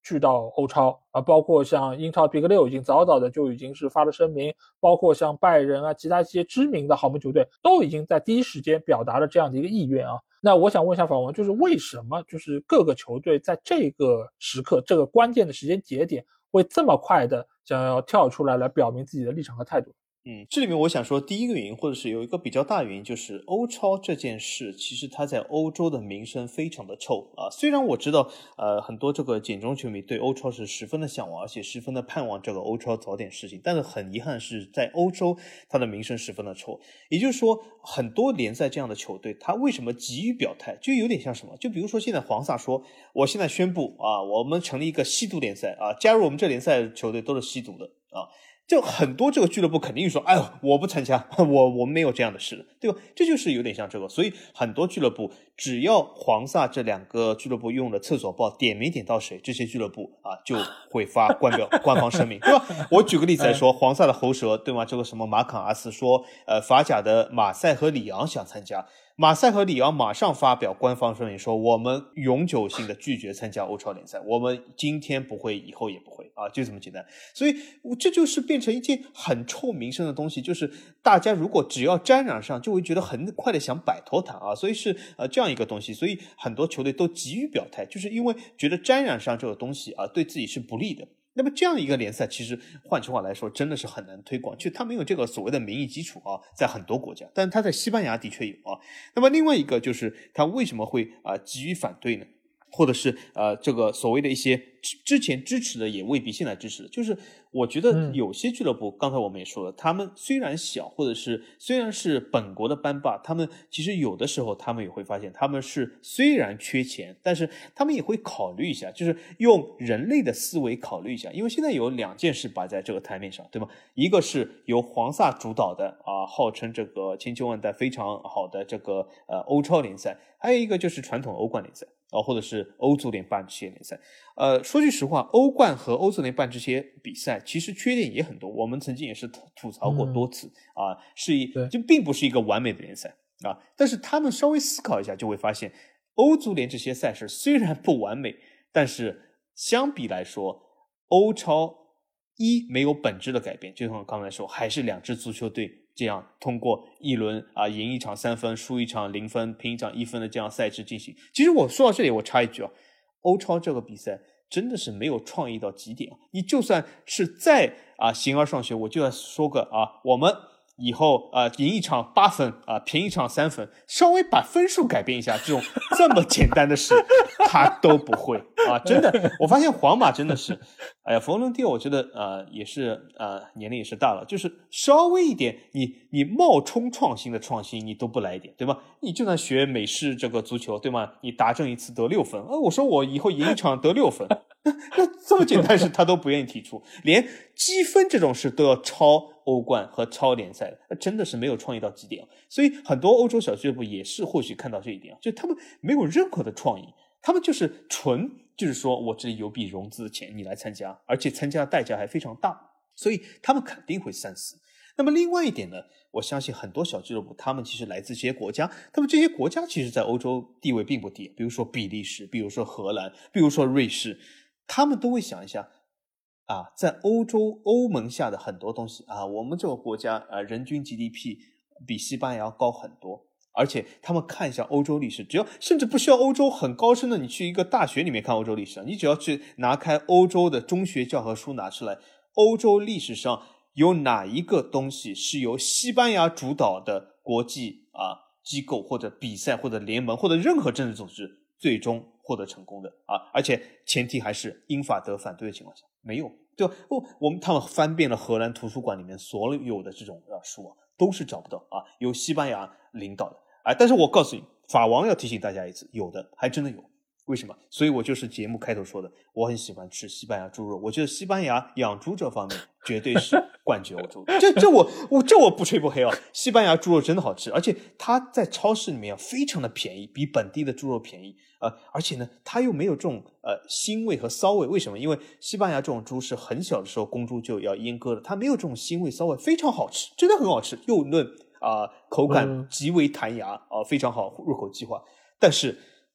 去到欧超啊，包括像英超 Big 6已经早早的就已经是发了声明，包括像拜仁啊，其他一些知名的豪门球队都已经在第一时间表达了这样的一个意愿啊。那我想问一下法王，就是为什么就是各个球队在这个时刻这个关键的时间节点会这么快的想要跳出来表明自己的立场和态度？ 这里面我想说第一个原因，或者是有一个比较大原因，就是欧超这件事其实它在欧洲的名声非常的臭啊。虽然我知道很多这个简中球迷对欧超是十分的向往，而且十分的盼望这个欧超早点实行，但是很遗憾是在欧洲它的名声十分的臭。也就是说很多联赛这样的球队它为什么急于表态，就有点像什么，就比如说现在黄萨说我现在宣布啊，我们成立一个吸毒联赛啊，加入我们这联赛的球队都是吸毒的啊。就很多这个俱乐部肯定说，哎呦，我不参加，我们没有这样的事，对吧？这就是有点像这个，所以很多俱乐部只要黄萨这两个俱乐部用的厕所报点名点到谁，这些俱乐部啊就会发官方声明，对吧？我举个例子来说，黄萨的喉舌，对吗？这个什么马坎阿斯说，法甲的马赛和里昂想参加。马赛和里昂马上发表官方声明说，我们永久性的拒绝参加欧超联赛，我们今天不会，以后也不会啊，就这么简单。所以这就是变成一件很臭名声的东西，就是大家如果只要沾染上，就会觉得很快的想摆脱它啊，所以是这样一个东西。所以很多球队都急于表态，就是因为觉得沾染上这个东西啊，对自己是不利的。那么这样一个联赛其实换句话来说真的是很难推广，就它没有这个所谓的民意基础啊，在很多国家，但是它在西班牙的确有啊。那么另外一个就是它为什么会急于反对呢？或者是这个所谓的一些之前支持的也未必现在支持的，就是我觉得有些俱乐部刚才我们也说了，他们虽然小，或者是虽然是本国的班霸，他们其实有的时候他们也会发现，他们是虽然缺钱，但是他们也会考虑一下，就是用人类的思维考虑一下。因为现在有两件事摆在这个台面上，对吗？一个是由黄萨主导的号称这个千秋万代非常好的这个欧超联赛，还有一个就是传统欧冠联赛或者是欧足联办这些联赛。说句实话，欧冠和欧足联办这些比赛其实缺点也很多，我们曾经也是吐槽过多次就并不是一个完美的联赛啊。但是他们稍微思考一下就会发现，欧足联这些赛事虽然不完美，但是相比来说，欧超没有本质的改变，就像我刚才说，还是两支足球队这样通过一轮赢一场3分，输一场0分，平一场1分的这样赛制进行。其实我说到这里，我插一句欧超这个比赛真的是没有创意到极点。你就算是再形而上学，我就要说个我们以后赢一场8分平一场3分，稍微把分数改变一下，这种这么简单的事他都不会真的。我发现皇马真的是，哎呀，佛伦蒂诺我觉得也是年龄也是大了，就是稍微一点你冒充创新的创新你都不来一点，对吧？你就算学美式这个足球，对吗？你打正一次得6分，我说我以后赢一场得6分那这么简单的事他都不愿意提出，连积分这种事都要超欧冠和超联赛，真的是没有创意到极点。所以很多欧洲小俱乐部也是或许看到这一点，就他们没有任何的创意，他们就是就是说我这里有笔融资的钱你来参加，而且参加的代价还非常大，所以他们肯定会三思。那么另外一点呢，我相信很多小俱乐部他们其实来自这些国家，他们这些国家其实在欧洲地位并不低，比如说比利时，比如说荷兰，比如说瑞士，他们都会想一下在欧盟下的很多东西我们这个国家人均 GDP 比西班牙高很多，而且他们看一下欧洲历史，只要甚至不需要欧洲很高深的，你去一个大学里面看欧洲历史你只要去拿开欧洲的中学教科书拿出来，欧洲历史上有哪一个东西是由西班牙主导的国际机构或者比赛或者联盟或者任何政治组织最终获得成功的而且前提还是英法德反对的情况下，没有，对吧？他们翻遍了荷兰图书馆里面所有的这种书都是找不到由西班牙领导的但是我告诉你，法王要提醒大家一次，有的还真的有。为什么？所以我就是节目开头说的，我很喜欢吃西班牙猪肉，我觉得西班牙养猪这方面绝对是冠绝欧洲这我不吹不黑西班牙猪肉真的好吃，而且它在超市里面非常的便宜，比本地的猪肉便宜而且呢它又没有这种腥味和骚味。为什么？因为西班牙这种猪是很小的时候公猪就要阉割的，它没有这种腥味骚味，非常好吃，真的很好吃，又嫩口感极为弹牙非常好，入口即化。但是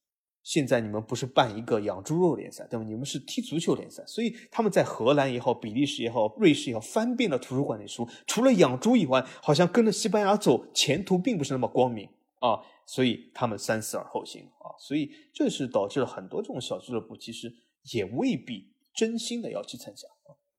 现在你们不是办一个养猪肉联赛，对吧？你们是踢足球联赛，所以他们在荷兰也好，比利时也好，瑞士也好，翻遍了图书馆里书，除了养猪以外，好像跟着西班牙走，前途并不是那么光明啊，所以他们三思而后行啊，所以这是导致了很多这种小俱乐部其实也未必真心的要去参加。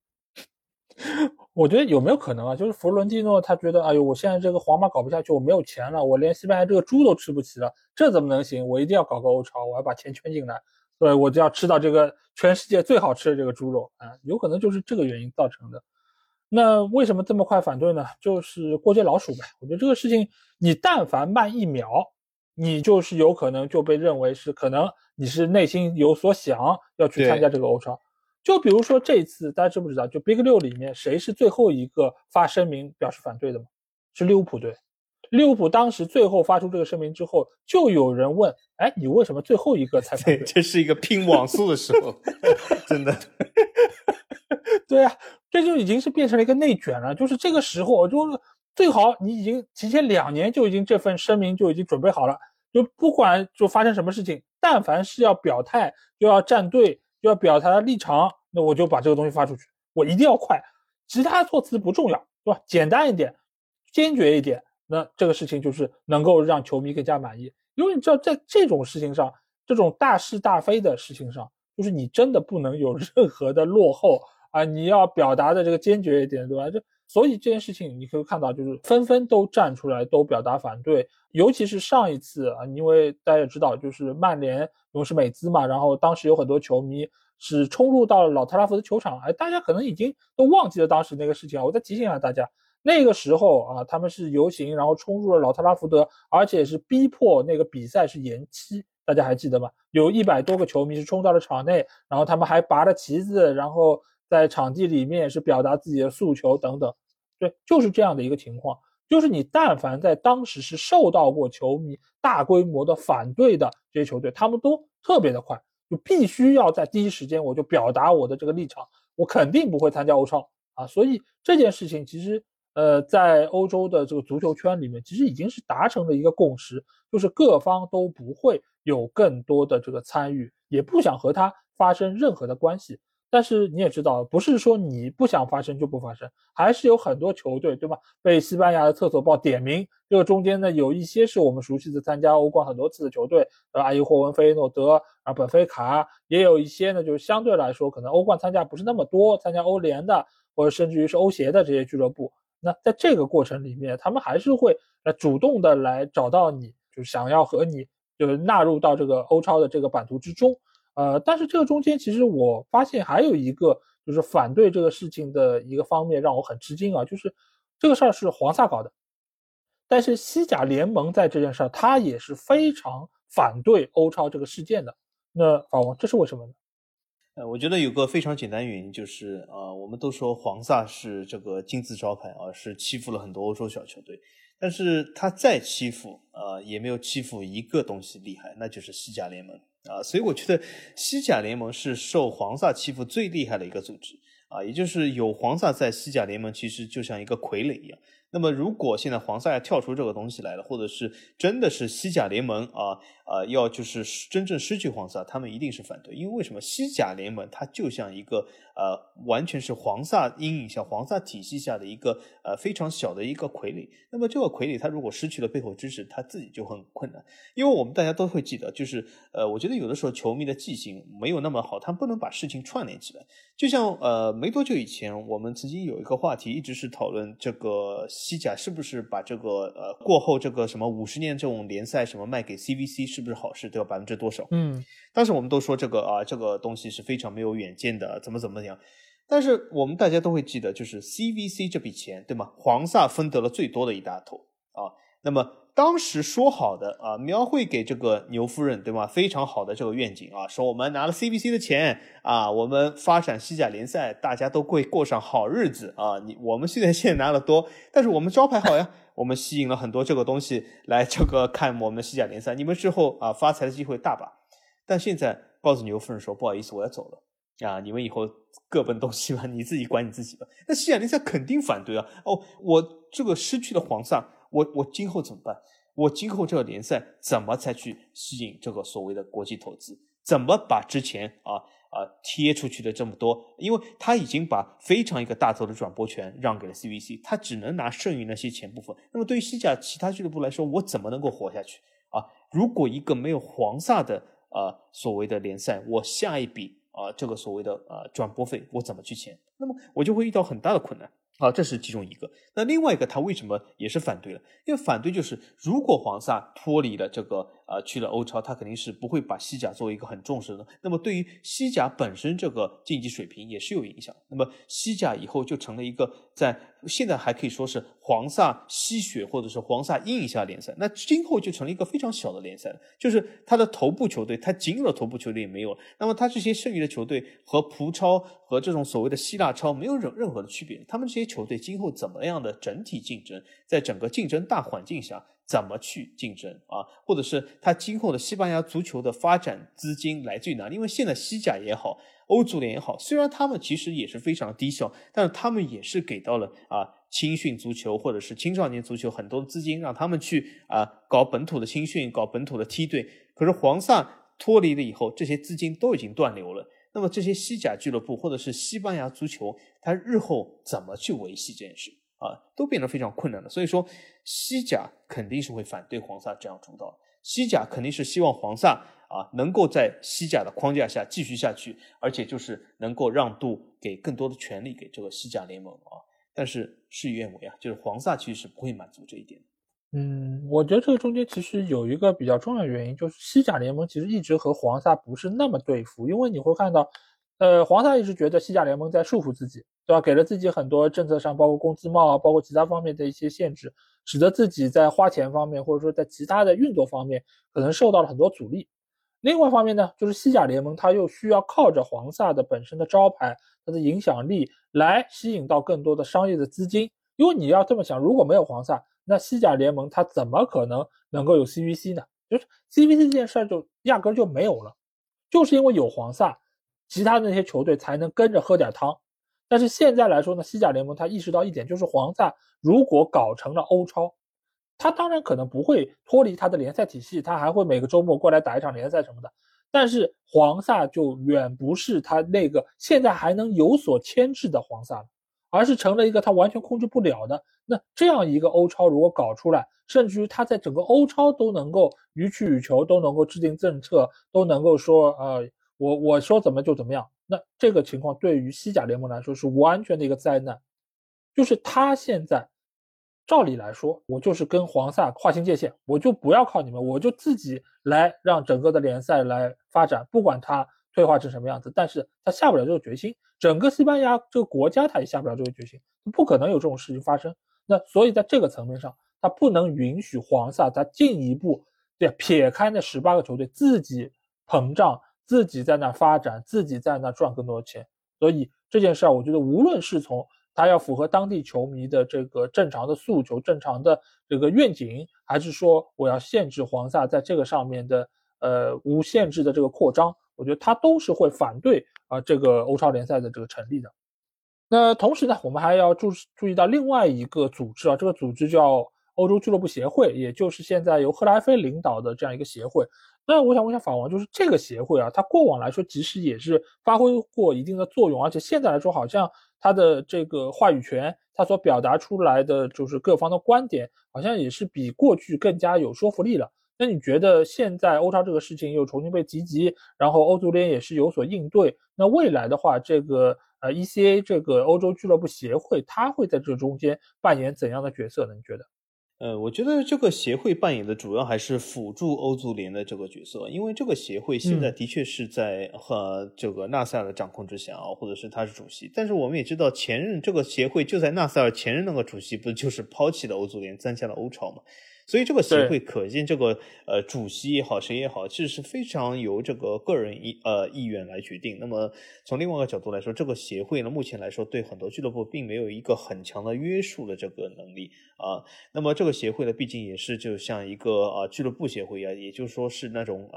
我觉得有没有可能啊？就是弗伦蒂诺他觉得，哎呦，我现在这个皇马搞不下去，我没有钱了，我连西班牙这个猪都吃不起了，这怎么能行？我一定要搞个欧超，我要把钱圈进来，对，我就要吃到这个全世界最好吃的这个猪肉啊，有可能就是这个原因造成的。那为什么这么快反对呢？就是过街老鼠呗。我觉得这个事情，你但凡慢1秒，你就是有可能就被认为是可能你是内心有所想要去参加这个欧超。就比如说这一次，大家知不知道？就 Big 6里面谁是最后一个发声明表示反对的吗？是利物浦队。利物浦当时最后发出这个声明之后，就有人问：哎，你为什么最后一个才反对？ 对，这是一个拼网速的时候，真的。 对啊，这就已经是变成了一个内卷了。就是这个时候，就是最好你已经提前2年就已经这份声明就已经准备好了，就不管就发生什么事情，但凡是要表态，就要站队，就要表达立场，那我就把这个东西发出去，我一定要快，其他措辞不重要，对吧？简单一点，坚决一点，那这个事情就是能够让球迷更加满意。因为你知道，在这种事情上，这种大是大非的事情上，就是你真的不能有任何的落后啊！你要表达的这个坚决一点，对吧？所以这件事情你可以看到，就是纷纷都站出来，都表达反对。尤其是上一次啊，因为大家也知道，就是曼联勇士美兹嘛，然后当时有很多球迷是冲入到了老特拉福德球场，哎，大家可能已经都忘记了当时那个事情啊。我再提醒一下大家，那个时候啊，他们是游行，然后冲入了老特拉福德，而且是逼迫那个比赛是延期。大家还记得吗？有100多个球迷是冲到了场内，然后他们还拔了旗子，然后在场地里面是表达自己的诉求等等。对，就是这样的一个情况。就是你但凡在当时是受到过球迷大规模的反对的这些球队，他们都特别的快，就必须要在第一时间我就表达我的这个立场，我肯定不会参加欧超啊。所以这件事情其实在欧洲的这个足球圈里面，其实已经是达成了一个共识，就是各方都不会有更多的这个参与，也不想和他发生任何的关系。但是你也知道，不是说你不想发生就不发生，还是有很多球队，对吧？被西班牙的厕所报点名，这个中间呢，有一些是我们熟悉的参加欧冠很多次的球队，阿尤霍温、费耶诺德，本菲卡，也有一些呢，就是相对来说可能欧冠参加不是那么多，参加欧联的或者甚至于是欧协的这些俱乐部。那在这个过程里面，他们还是会主动的来找到你，就想要和你就是纳入到这个欧超的这个版图之中。但是这个中间其实我发现还有一个就是反对这个事情的一个方面让我很吃惊啊，就是这个事儿是黄萨搞的，但是西甲联盟在这件事儿他也是非常反对欧超这个事件的。那法王，这是为什么呢？ 我觉得有个非常简单原因，就是我们都说黄萨是这个金字招牌啊，是欺负了很多欧洲小球队，但是他再欺负也没有欺负一个东西厉害，那就是西甲联盟啊，所以我觉得西甲联盟是受黄萨欺负最厉害的一个组织啊，也就是有黄萨在西甲联盟，其实就像一个傀儡一样。那么如果现在黄萨要跳出这个东西来了，或者是真的是西甲联盟要就是真正失去黄萨，他们一定是反对。因为为什么西甲联盟它就像一个完全是黄萨阴影下黄萨体系下的一个非常小的一个傀儡。那么这个傀儡它如果失去了背后支持，他自己就很困难。因为我们大家都会记得，就是我觉得有的时候球迷的记性没有那么好，他不能把事情串联起来。就像没多久以前我们曾经有一个话题一直是讨论这个西甲是不是把这个过后这个什么50年这种联赛什么卖给 CVC 是不是好事，对吧？多少？当时我们都说这个东西是非常没有远见的，怎么样。但是我们大家都会记得，就是 CVC 这笔钱，对吗？黄萨分得了最多的一大头啊。那么当时说好的描绘给这个牛夫人，对吗？非常好的这个愿景啊，说我们拿了 CVC 的钱我们发展西甲联赛，大家都会过上好日子我们现在拿了多，但是我们招牌好呀，我们吸引了很多这个东西来这个看我们西甲联赛，你们之后发财的机会大把。但现在告诉牛夫人说，不好意思，我要走了你们以后各奔东西吧，你自己管你自己吧。那西甲联赛肯定反对我这个失去了黄萨，我今后怎么办我今后这个联赛怎么才去吸引这个所谓的国际投资？怎么把之前贴出去的这么多，因为他已经把非常一个大头的转播权让给了 CVC， 他只能拿剩余那些钱部分。那么对于西甲其他俱乐部来说，我怎么能够活下去啊？如果一个没有黄萨的所谓的联赛，我下一笔这个所谓的转播费我怎么去签？那么我就会遇到很大的困难。这是其中一个。那另外一个他为什么也是反对了？因为反对就是如果黄萨脱离了这个去了欧超，他肯定是不会把西甲作为一个很重视的。那么对于西甲本身这个竞技水平也是有影响。那么西甲以后就成了一个在现在还可以说是黄萨吸血或者是黄萨阴一下联赛，那今后就成了一个非常小的联赛了。就是他的头部球队，他仅有的头部球队也没有了。那么他这些剩余的球队和葡超和这种所谓的希腊超没有任何的区别。他们这些球队今后怎么样的整体竞争，在整个竞争大环境下怎么去竞争或者是他今后的西班牙足球的发展资金来自于哪里？因为现在西甲也好，欧足联也好，虽然他们其实也是非常低效，但是他们也是给到了青训足球或者是青少年足球很多的资金，让他们去搞本土的青训，搞本土的梯队。可是黄萨脱离了以后，这些资金都已经断流了。那么这些西甲俱乐部或者是西班牙足球，它日后怎么去维系这件事都变得非常困难了。所以说西甲肯定是会反对黄萨这样主导，西甲肯定是希望黄萨能够在西甲的框架下继续下去，而且就是能够让渡给更多的权利给这个西甲联盟但是事与愿违就是黄萨其实是不会满足这一点的。 我觉得这个中间其实有一个比较重要的原因，就是西甲联盟其实一直和黄萨不是那么对付，因为你会看到，黄萨一直觉得西甲联盟在束缚自己，对吧？给了自己很多政策上，包括工资帽包括其他方面的一些限制，使得自己在花钱方面或者说在其他的运作方面可能受到了很多阻力。另外一方面呢，就是西甲联盟它又需要靠着黄萨的本身的招牌，它的影响力来吸引到更多的商业的资金，因为你要这么想，如果没有黄萨，那西甲联盟它怎么可能够有 CVC 呢？就是 CVC 这件事就压根就没有了，就是因为有黄萨，其他的那些球队才能跟着喝点汤。但是现在来说呢，西甲联盟它意识到一点，就是黄萨如果搞成了欧超，他当然可能不会脱离他的联赛体系，他还会每个周末过来打一场联赛什么的。但是黄萨就远不是他那个现在还能有所牵制的黄萨了，而是成了一个他完全控制不了的。那这样一个欧超如果搞出来，甚至于他在整个欧超都能够予取予求，都能够制定政策，都能够说我说怎么就怎么样，那这个情况对于西甲联盟来说是完全的一个灾难。就是他现在照理来说，我就是跟黄萨划清界限，我就不要靠你们，我就自己来让整个的联赛来发展，不管他退化成什么样子，但是他下不了这个决心，整个西班牙这个国家他也下不了这个决心，不可能有这种事情发生。那所以在这个层面上，他不能允许黄萨他进一步撇开那18个球队自己膨胀，自己在那发展，自己在那赚更多的钱。所以这件事我觉得无论是从他要符合当地球迷的这个正常的诉求、正常的这个愿景，还是说我要限制黄萨在这个上面的无限制的这个扩张，我觉得他都是会反对这个欧超联赛的这个成立的。那同时呢，我们还要注意到另外一个组织这个组织叫欧洲俱乐部协会，也就是现在由赫莱菲领导的这样一个协会。那我想问一下法王，就是这个协会它过往来说其实也是发挥过一定的作用，而且现在来说好像它的这个话语权，它所表达出来的就是各方的观点，好像也是比过去更加有说服力了。那你觉得现在欧超这个事情又重新被提及，然后欧足联也是有所应对，那未来的话，这个ECA 这个欧洲俱乐部协会，它会在这中间扮演怎样的角色呢？你觉得？ 我觉得这个协会扮演的主要还是辅助欧足联的这个角色，因为这个协会现在的确是在这个纳赛尔的掌控之下或者是他是主席。但是我们也知道，前任这个协会就在纳赛尔前任那个主席不就是抛弃了欧足联，参加了欧超嘛？所以这个协会可见这个主席也好谁也好，其实是非常由这个个人意愿来决定。那么从另外一个角度来说，这个协会呢目前来说对很多俱乐部并没有一个很强的约束的这个能力那么这个协会呢毕竟也是就像一个俱乐部协会也就是说是那种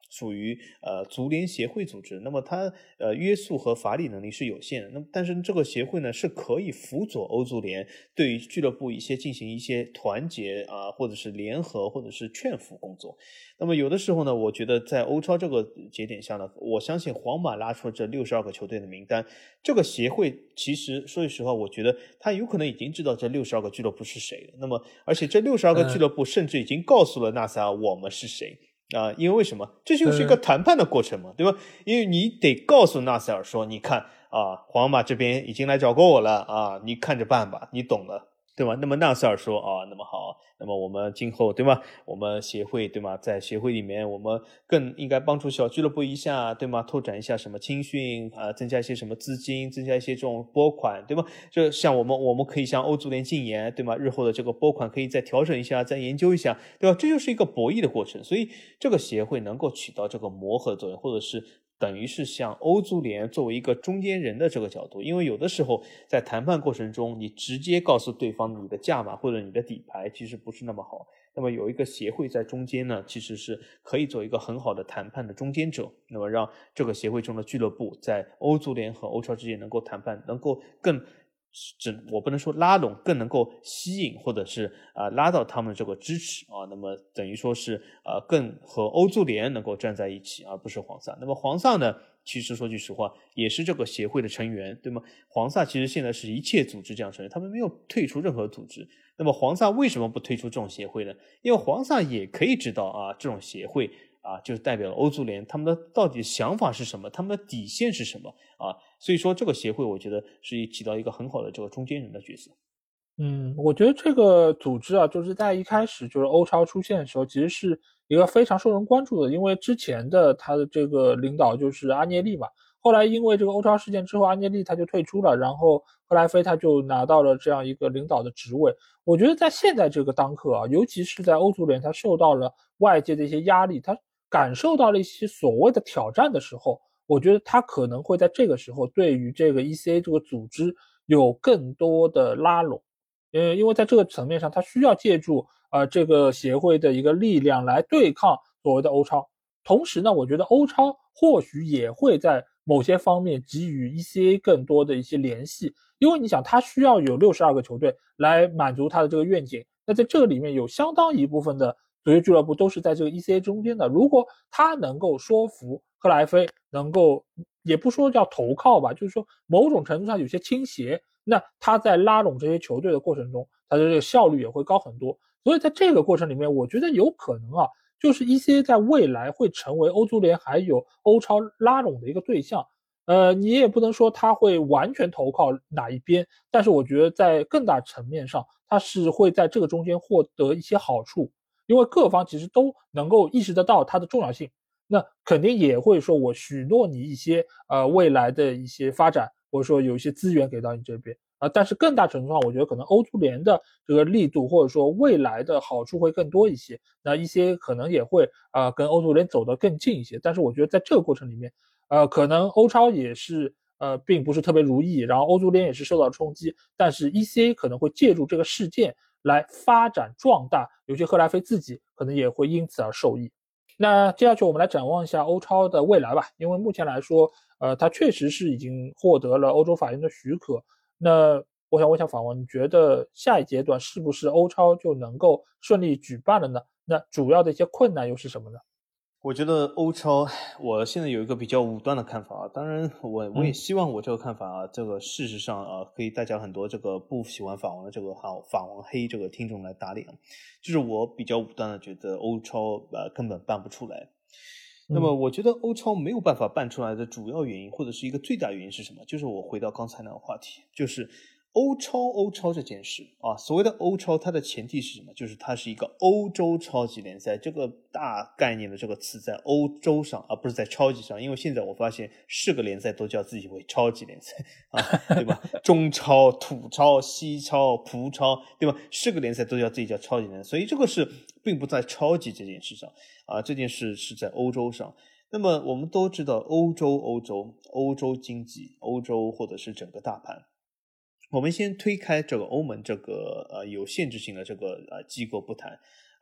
属于足联协会组织，那么它约束和法理能力是有限的。那么但是这个协会呢是可以辅佐欧足联对于俱乐部进行一些团结或者是联合或者是劝服工作。那么有的时候呢，我觉得在欧超这个节点上呢，我相信皇马拉出了这62个球队的名单，这个协会其实说句实话，我觉得他有可能已经知道这62个俱乐部是谁了。那么而且这62个俱乐部甚至已经告诉了纳塞尔我们是谁。因为为什么？这就是一个谈判的过程嘛，对吧？因为你得告诉纳塞尔说，你看皇马这边已经来找过我了你看着办吧，你懂了，对吧？那么纳塞尔说那么好，那么我们今后对吧？我们协会对吗？在协会里面，我们更应该帮助小俱乐部一下，对吗？拓展一下什么青训增加一些什么资金，增加一些这种拨款，对吗？这像我们可以向欧足联进言，对吗？日后的这个拨款可以再调整一下，再研究一下，对吧？这就是一个博弈的过程，所以这个协会能够起到这个磨合作用，或者是等于是像欧足联作为一个中间人的这个角度。因为有的时候在谈判过程中，你直接告诉对方你的价码或者你的底牌其实不是那么好，那么有一个协会在中间呢，其实是可以做一个很好的谈判的中间者，那么让这个协会中的俱乐部在欧足联和欧超之间能够谈判，能够更我不能说拉拢，更能够吸引或者是拉到他们这个支持那么等于说是更和欧足联能够站在一起，而不是黄萨。那么黄萨呢，其实说句实话也是这个协会的成员，对吗？黄萨其实现在是一切组织这样成员，他们没有退出任何组织。那么黄萨为什么不退出这种协会呢？因为黄萨也可以知道这种协会就是代表了欧足联，他们的到底想法是什么，他们的底线是什么所以说这个协会我觉得是起到一个很好的这个中间人的角色。 我觉得这个组织就是在一开始就是欧超出现的时候，其实是一个非常受人关注的，因为之前的他的这个领导就是阿涅利嘛，后来因为这个欧超事件之后，阿涅利他就退出了，然后赫莱菲他就拿到了这样一个领导的职位。我觉得在现在这个当刻尤其是在欧足联，他受到了外界的一些压力，他感受到了一些所谓的挑战的时候，我觉得他可能会在这个时候对于这个 ECA 这个组织有更多的拉拢。因为在这个层面上，他需要借助这个协会的一个力量来对抗所谓的欧超。同时呢，我觉得欧超或许也会在某些方面给予 ECA 更多的一些联系，因为你想，他需要有62个球队来满足他的这个愿景。那在这个里面有相当一部分的足球俱乐部都是在这个 ECA 中间的。如果他能够说服克莱菲，能够也不说叫投靠吧，就是说某种程度上有些倾斜，那他在拉拢这些球队的过程中，他的这个效率也会高很多。所以在这个过程里面，我觉得有可能就是 ECA 在未来会成为欧足联还有欧超拉拢的一个对象。你也不能说他会完全投靠哪一边，但是我觉得在更大层面上，他是会在这个中间获得一些好处，因为各方其实都能够意识得到它的重要性。那肯定也会说我许诺你一些未来的一些发展，或者说有一些资源给到你这边但是更大程度上，我觉得可能欧足联的这个力度或者说未来的好处会更多一些。那一些可能也会跟欧足联走得更近一些。但是我觉得在这个过程里面，可能欧超也是并不是特别如意，然后欧足联也是受到冲击，但是 ECA 可能会借助这个事件来发展壮大，尤其赫莱菲自己可能也会因此而受益。那接下去我们来展望一下欧超的未来吧，因为目前来说，它确实是已经获得了欧洲法院的许可。那我想问一下法王，你觉得下一阶段是不是欧超就能够顺利举办了呢？那主要的一些困难又是什么呢？ 我觉得欧超，我现在有一个比较武断的看法当然我也希望我这个看法这个事实上可以带着很多这个不喜欢法王的这个法王黑这个听众来打脸，就是我比较武断的觉得欧超根本办不出来。那么我觉得欧超没有办法办出来的主要原因，或者是一个最大原因是什么？就是我回到刚才那个话题，就是欧超这件事所谓的欧超，它的前提是什么？就是它是一个欧洲超级联赛，这个大概念的这个词在欧洲上，而不是在超级上。因为现在我发现是个联赛都叫自己为超级联赛对吧？中超、土超、西超、葡超，对吧？是个联赛都叫自己叫超级联赛，所以这个是并不在超级这件事上这件事是在欧洲上。那么我们都知道欧洲经济，欧洲或者是整个大盘。我们先推开这个欧盟这个有限制性的这个机构不谈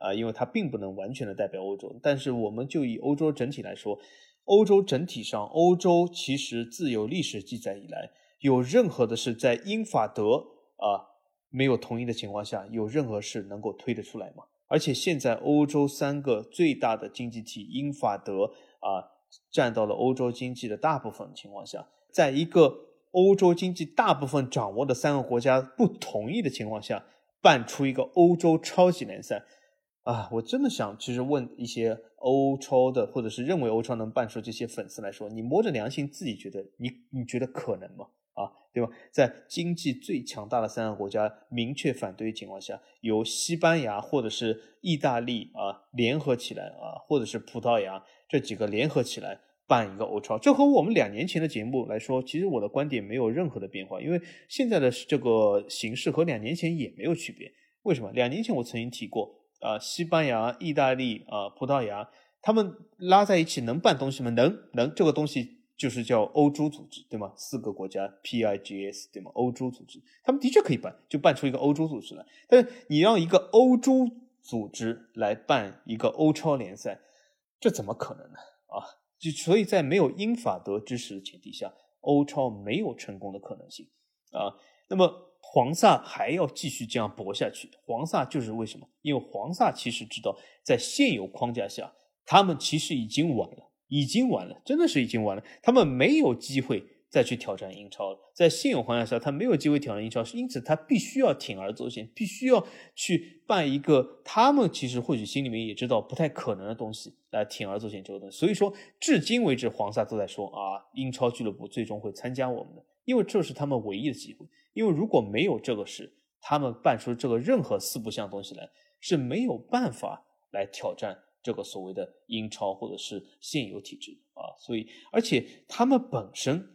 因为它并不能完全的代表欧洲。但是我们就以欧洲整体来说，欧洲整体上，欧洲其实自有历史记载以来，有任何的事在英法德没有同意的情况下，有任何事能够推得出来吗？而且现在欧洲3个最大的经济体英法德占到了欧洲经济的大部分的情况下，在一个欧洲经济大部分掌握的3个国家不同意的情况下，办出一个欧洲超级联赛我真的想其实问一些欧超的或者是认为欧超能办出这些粉丝来说，你摸着良心自己觉得你觉得可能吗？对吧？在经济最强大的3个国家明确反对的情况下，由西班牙或者是意大利联合起来或者是葡萄牙这几个联合起来办一个欧超，这和我们2年前的节目来说，其实我的观点没有任何的变化，因为现在的这个形势和2年前也没有区别。为什么？2年前我曾经提过西班牙、意大利葡萄牙他们拉在一起能办东西吗？能，这个东西就是叫欧洲组织，对吗？4个国家 PIGS， 对吗？欧洲组织，他们的确可以办，就办出一个欧洲组织来。但是你让一个欧洲组织来办一个欧超联赛，这怎么可能呢？所以在没有英法德支持的前提下，欧超没有成功的可能性那么黄萨还要继续这样搏下去，黄萨就是为什么？因为黄萨其实知道在现有框架下，他们其实已经晚了，真的是已经晚了，他们没有机会再去挑战英超了。在现有框架下，他没有机会挑战英超，因此他必须要铤而走险，必须要去办一个他们其实或许心里面也知道不太可能的东西来铤而走险这个东西。所以说至今为止黄萨都在说英超俱乐部最终会参加我们的，因为这是他们唯一的机会。因为如果没有这个事，他们办出这个任何4不像东西来是没有办法来挑战这个所谓的英超或者是现有体制所以而且他们本身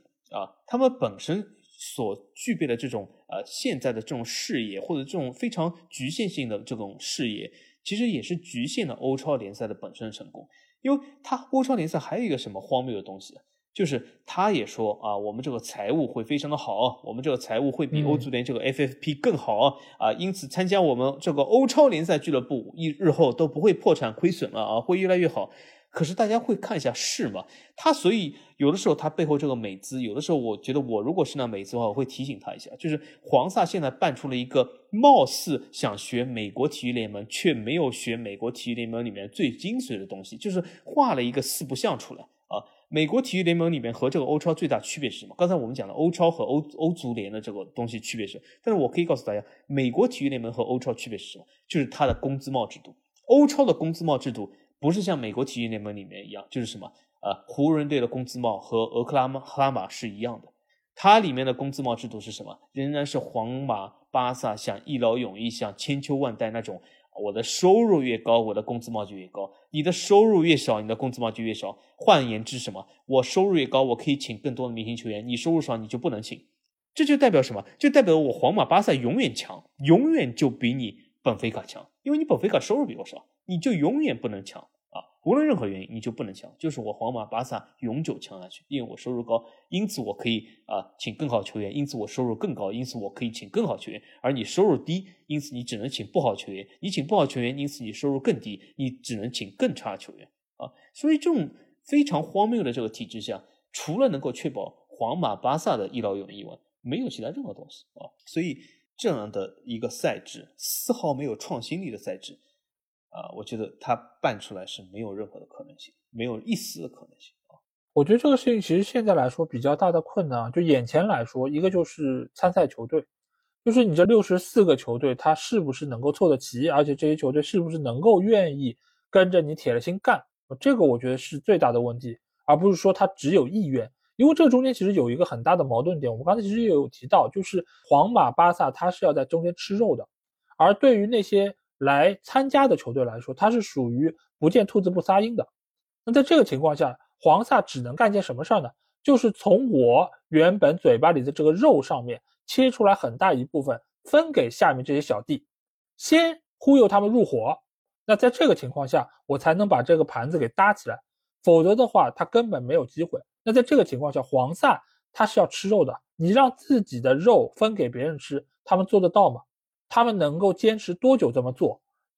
所具备的这种现在的这种视野或者这种非常局限性的这种视野，其实也是局限了欧超联赛的本身的成功。因为欧超联赛还有一个什么荒谬的东西就是他也说我们这个财务会非常的好，我们这个财务会比欧足联这个 FFP 更好因此参加我们这个欧超联赛俱乐部日后都不会破产亏损了会越来越好。可是大家会看一下是吗？所以有的时候他背后这个美资，有的时候我觉得我如果是那美资的话，我会提醒他一下，就是黄萨现在办出了一个貌似想学美国体育联盟却没有学美国体育联盟里面最精髓的东西，就是画了一个4不像出来美国体育联盟里面和这个欧超最大区别是什么？刚才我们讲了欧超和欧足联的这个东西区别是，但是我可以告诉大家，美国体育联盟和欧超区别是什么？就是它的工资帽制度。欧超的工资帽制度不是像美国体育联盟里面一样，就是什么湖人队的工资帽和俄克拉荷马是一样的。它里面的工资帽制度是什么？仍然是皇马、巴萨像一劳永逸、像千秋万代那种，我的收入越高，我的工资帽就越高；你的收入越少，你的工资帽就越少。换言之什么？我收入越高，我可以请更多的明星球员，你收入少，你就不能请。这就代表什么？就代表我皇马、巴萨永远强，永远就比你本菲卡强，因为你本菲卡收入比我少，你就永远不能强无论任何原因你就不能强，就是我皇马巴萨永久强下去，因为我收入高，因此我可以请更好球员，因此我收入更高，因此我可以请更好球员，而你收入低，因此你只能请不好球员，你请不好球员，因此你收入更低，你只能请更差球员所以这种非常荒谬的这个体制下，除了能够确保皇马巴萨的一劳永逸以外，没有其他任何东西所以这样的一个赛制，丝毫没有创新力的赛制我觉得它办出来是没有任何的可能性，没有一丝的可能性我觉得这个事情其实现在来说比较大的困难就眼前来说，一个就是参赛球队，就是你这64个球队它是不是能够凑得齐，而且这些球队是不是能够愿意跟着你铁了心干，这个我觉得是最大的问题，而不是说他只有意愿。因为这个中间其实有一个很大的矛盾点，我们刚才其实也有提到，就是皇马巴萨它是要在中间吃肉的，而对于那些来参加的球队来说，它是属于不见兔子不撒鹰的。那在这个情况下，黄萨只能干件什么事呢？就是从我原本嘴巴里的这个肉上面切出来很大一部分分给下面这些小弟，先忽悠他们入伙，那在这个情况下我才能把这个盘子给搭起来，否则的话他根本没有机会。那在这个情况下，黄萨他是要吃肉的，你让自己的肉分给别人吃，他们做得到吗？他们能够坚持多久这么做？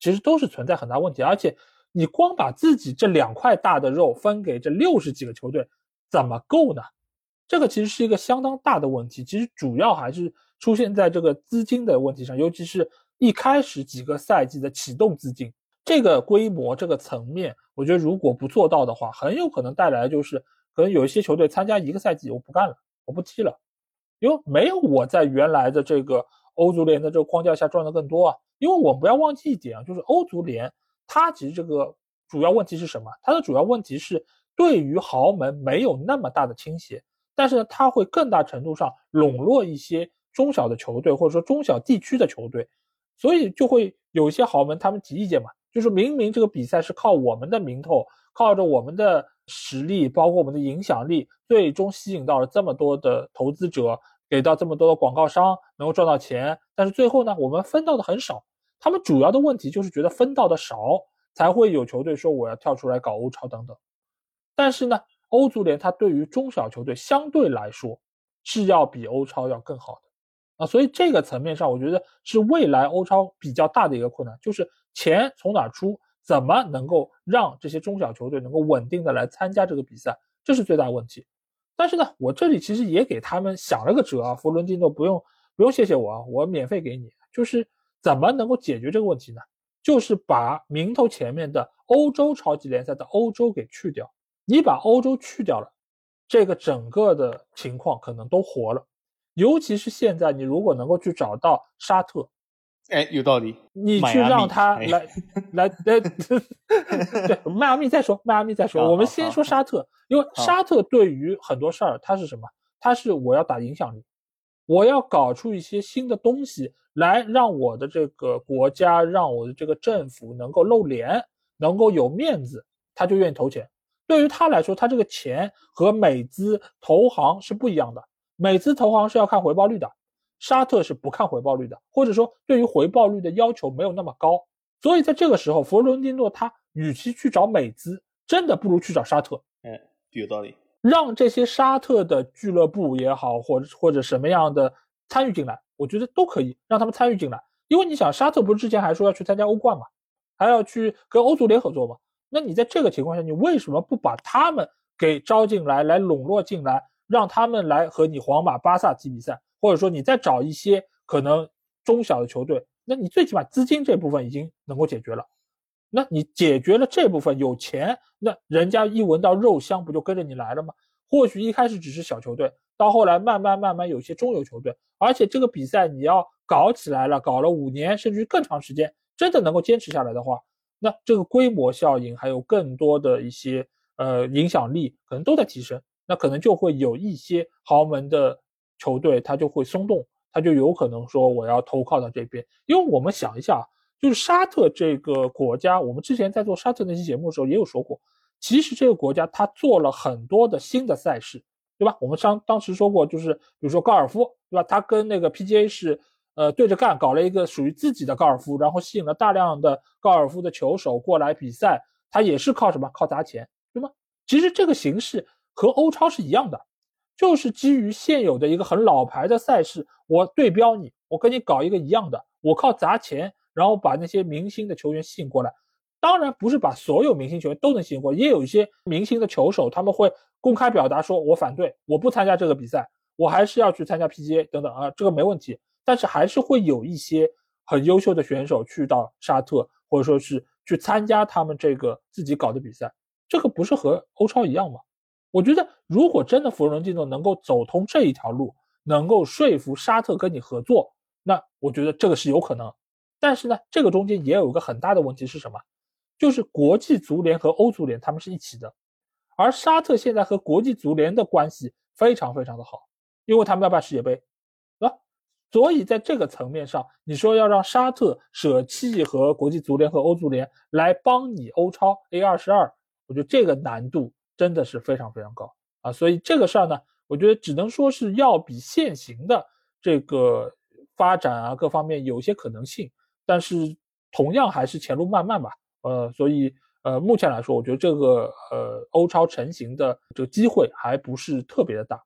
其实都是存在很大问题，而且你光把自己这2块大的肉分给这60几个球队，怎么够呢？这个其实是一个相当大的问题，其实主要还是出现在这个资金的问题上，尤其是一开始几个赛季的启动资金，这个规模这个层面，我觉得如果不做到的话，很有可能带来就是可能有一些球队参加1个赛季我不干了，我不踢了，因为没有我在原来的这个欧足联的这个框架下赚的更多啊。因为我们不要忘记一点啊，就是欧足联它其实这个主要问题是什么？它的主要问题是对于豪门没有那么大的倾斜，但是呢，它会更大程度上笼络一些中小的球队，或者说中小地区的球队，所以就会有一些豪门他们提意见嘛，就是明明这个比赛是靠我们的名头，靠着我们的实力，包括我们的影响力，最终吸引到了这么多的投资者，给到这么多的广告商，能够赚到钱，但是最后呢，我们分到的很少。他们主要的问题就是觉得分到的少，才会有球队说我要跳出来搞欧超等等。但是呢，欧足联它对于中小球队相对来说是要比欧超要更好的所以这个层面上，我觉得是未来欧超比较大的一个困难，就是钱从哪出，怎么能够让这些中小球队能够稳定的来参加这个比赛，这是最大问题。但是呢，我这里其实也给他们想了个辙啊，佛伦蒂诺不用谢谢我啊，我免费给你，就是怎么能够解决这个问题呢？就是把名头前面的欧洲超级联赛的欧洲给去掉，你把欧洲去掉了，这个整个的情况可能都活了。尤其是现在你如果能够去找到沙特， 有道理， 你去让他来对，迈阿密再说，我们先说沙特，因为沙特对于很多事儿它是什么？它是我要打影响力，我要搞出一些新的东西来让我的这个国家，让我的这个政府能够露脸，能够有面子，他就愿意投钱。对于他来说，他这个钱和美资投行是不一样的，美资投行是要看回报率的，沙特是不看回报率的，或者说对于回报率的要求没有那么高。所以在这个时候，佛伦蒂诺他与其去找美资，真的不如去找沙特。 有道理。 让这些沙特的俱乐部也好，或者什么样的参与进来，我觉得都可以让他们参与进来。因为你想，沙特不是之前还说要去参加欧冠嘛，还要去跟欧足联合作嘛？那你在这个情况下，你为什么不把他们给招进来，来笼络进来，让他们来和你皇马、巴萨踢比赛？或者说你再找一些可能中小的球队，那你最起码资金这部分已经能够解决了。那你解决了这部分，有钱，那人家一闻到肉香不就跟着你来了吗？或许一开始只是小球队，到后来慢慢有些中游球队，而且这个比赛你要搞起来了，搞了5年甚至更长时间，真的能够坚持下来的话，那这个规模效应还有更多的一些影响力可能都在提升，那可能就会有一些豪门的球队他就会松动，他就有可能说我要投靠到这边。因为我们想一下，就是沙特这个国家，我们之前在做沙特那期节目的时候也有说过，其实这个国家它做了很多的新的赛事，对吧？我们当时说过，就是比如说高尔夫，对吧？它跟那个 PGA 是对着干，搞了一个属于自己的高尔夫，然后吸引了大量的高尔夫的球手过来比赛，它也是靠什么？靠砸钱，对吗？其实这个形式和欧超是一样的，就是基于现有的一个很老牌的赛事，我对标你，我跟你搞一个一样的，我靠砸钱，然后把那些明星的球员吸引过来。当然不是把所有明星球员都能吸引过来，也有一些明星的球手他们会公开表达说我反对，我不参加这个比赛，我还是要去参加 PGA 等等啊，这个没问题。但是还是会有一些很优秀的选手去到沙特，或者说是去参加他们这个自己搞的比赛，这个不是和欧超一样吗？我觉得如果真的佛伦蒂诺能够走通这一条路，能够说服沙特跟你合作，那我觉得这个是有可能。但是呢，这个中间也有一个很大的问题是什么？就是国际足联和欧足联他们是一起的，而沙特现在和国际足联的关系非常非常的好，因为他们要办世界杯，所以在这个层面上，你说要让沙特舍弃和国际足联和欧足联来帮你欧超 A22， 我觉得这个难度真的是非常非常高啊！所以这个事儿呢，我觉得只能说是要比现行的这个发展啊各方面有一些可能性，但是同样还是前路漫漫吧。所以目前来说，我觉得这个欧超成型的这个机会还不是特别的大。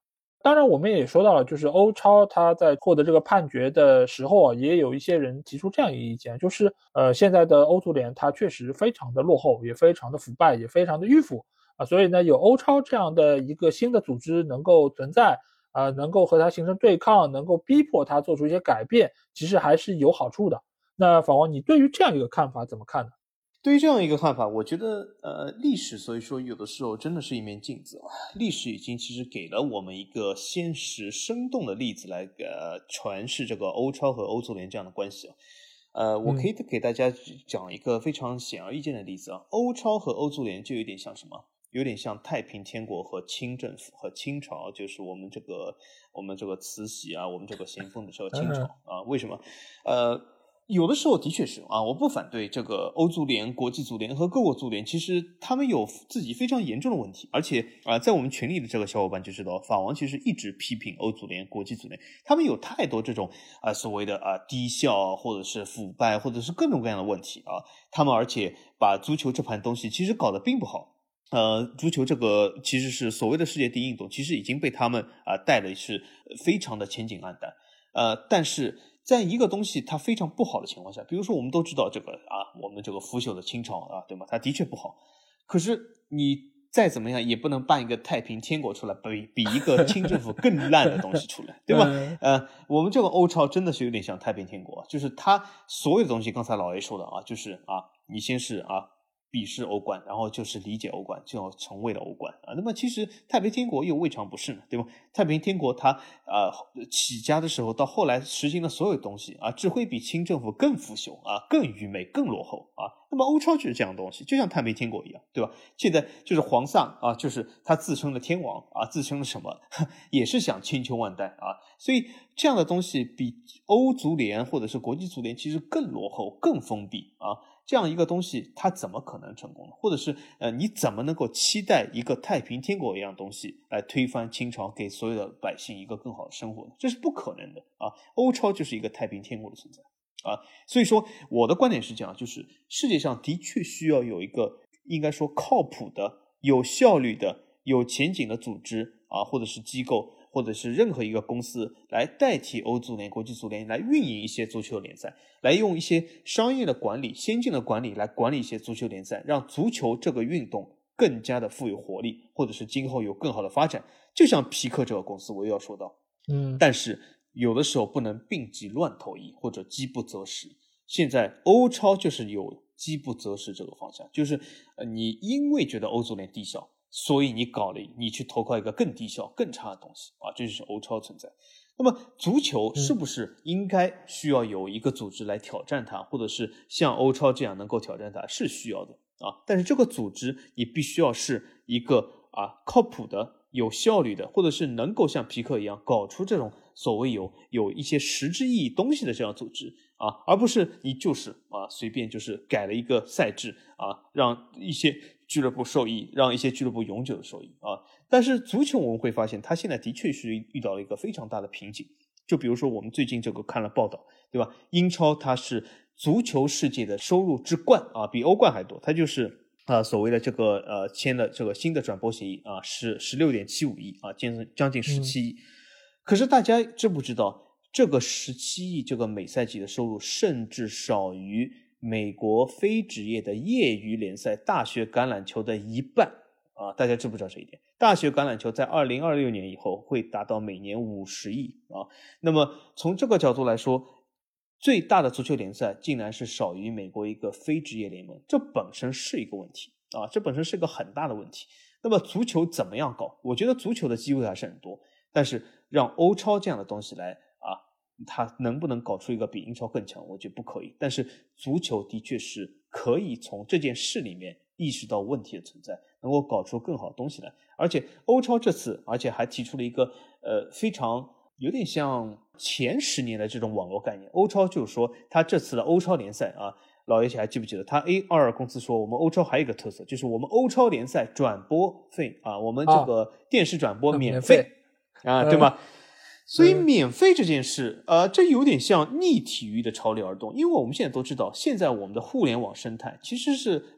当然我们也说到了，就是欧超他在获得这个判决的时候也有一些人提出这样一个意见，就是现在的欧足联它确实非常的落后，也非常的腐败，也非常的迂腐所以呢有欧超这样的一个新的组织能够存在能够和它形成对抗，能够逼迫它做出一些改变，其实还是有好处的。那法王，你对于这样一个看法怎么看呢？ 对于这样一个看法，我觉得历史所以说有的时候真的是一面镜子历史已经其实给了我们一个现实生动的例子来诠释这个欧超和欧足联这样的关系我可以给大家讲一个非常显而易见的例子欧超和欧足联就有点像什么？有点像太平天国和清政府和清朝，就是我们这个慈禧我们这个咸丰的时候清朝为什么？有的时候的确是我不反对这个欧足联、国际足联和各国足联，其实他们有自己非常严重的问题，而且在我们群里的这个小伙伴就知道，法王其实一直批评欧足联、国际足联，他们有太多这种所谓的低效或者是腐败或者是各种各样的问题他们而且把足球这盘东西其实搞得并不好。足球这个其实是所谓的世界第一运动，其实已经被他们带的是非常的前景黯淡。但是在一个东西它非常不好的情况下，比如说我们都知道这个我们这个腐朽的清朝对吗？它的确不好，可是你再怎么样也不能办一个太平天国出来，比一个清政府更烂的东西出来，对吧？我们这个欧超真的是有点像太平天国，就是它所有的东西，刚才老 A 说的就是你先是鄙视欧冠，然后就是理解欧冠，就要成为了欧冠那么其实太平天国又未尝不是呢，对吧？太平天国它起家的时候到后来实行的所有东西只会比清政府更腐朽更愚昧更落后那么欧超就是这样的东西，就像太平天国一样，对吧？现在就是皇上就是他自称的天王自称的什么也是想千秋万代所以这样的东西比欧足联或者是国际足联其实更落后更封闭这样一个东西它怎么可能成功呢？或者是你怎么能够期待一个太平天国一样东西来推翻清朝，给所有的百姓一个更好的生活呢？这是不可能的欧超就是一个太平天国的存在所以说我的观点是这样，就是世界上的确需要有一个应该说靠谱的、有效率的、有前景的组织或者是机构，或者是任何一个公司来代替欧足联、国际足联来运营一些足球联赛，来用一些商业的管理、先进的管理来管理一些足球联赛，让足球这个运动更加的富有活力，或者是今后有更好的发展。就像皮克这个公司，我又要说到但是有的时候不能病急乱投医或者饥不择食。现在欧超就是有饥不择食这个方向，就是你因为觉得欧足联低效，所以你去投靠一个更低效更差的东西这就是欧超存在。那么足球是不是应该需要有一个组织来挑战它，或者是像欧超这样能够挑战它，是需要的但是这个组织你必须要是一个靠谱的、有效率的，或者是能够像皮克一样搞出这种所谓有一些实质意义东西的这样组织而不是你就是随便就是改了一个赛制让一些俱乐部受益，让一些俱乐部永久的受益但是足球我们会发现，它现在的确是遇到了一个非常大的瓶颈。就比如说我们最近这个看了报道，对吧？英超它是足球世界的收入之冠比欧冠还多，它就是所谓的这个签了这个新的转播协议是16.75亿将近17亿可是大家知不知道，这个17亿这个每赛季的收入甚至少于美国非职业的业余联赛大学橄榄球的一半大家知不知道这一点？大学橄榄球在2026年以后会达到每年50亿那么从这个角度来说，最大的足球联赛竟然是少于美国一个非职业联盟，这本身是一个问题这本身是一个很大的问题。那么足球怎么样搞？我觉得足球的机会还是很多，但是让欧超这样的东西来它能不能搞出一个比英超更强？我觉得不可以。但是足球的确是可以从这件事里面意识到问题的存在，能够搞出更好的东西来。而且欧超这次还提出了一个非常有点像前10年的这种网络概念。欧超就是说他这次的欧超联赛老爷还记不记得他 A22 公司说我们欧超还有一个特色，就是我们欧超联赛转播费我们这个电视转播免费对吧？所以免费这件事这有点像逆体育的潮流而动。因为我们现在都知道，现在我们的互联网生态其实是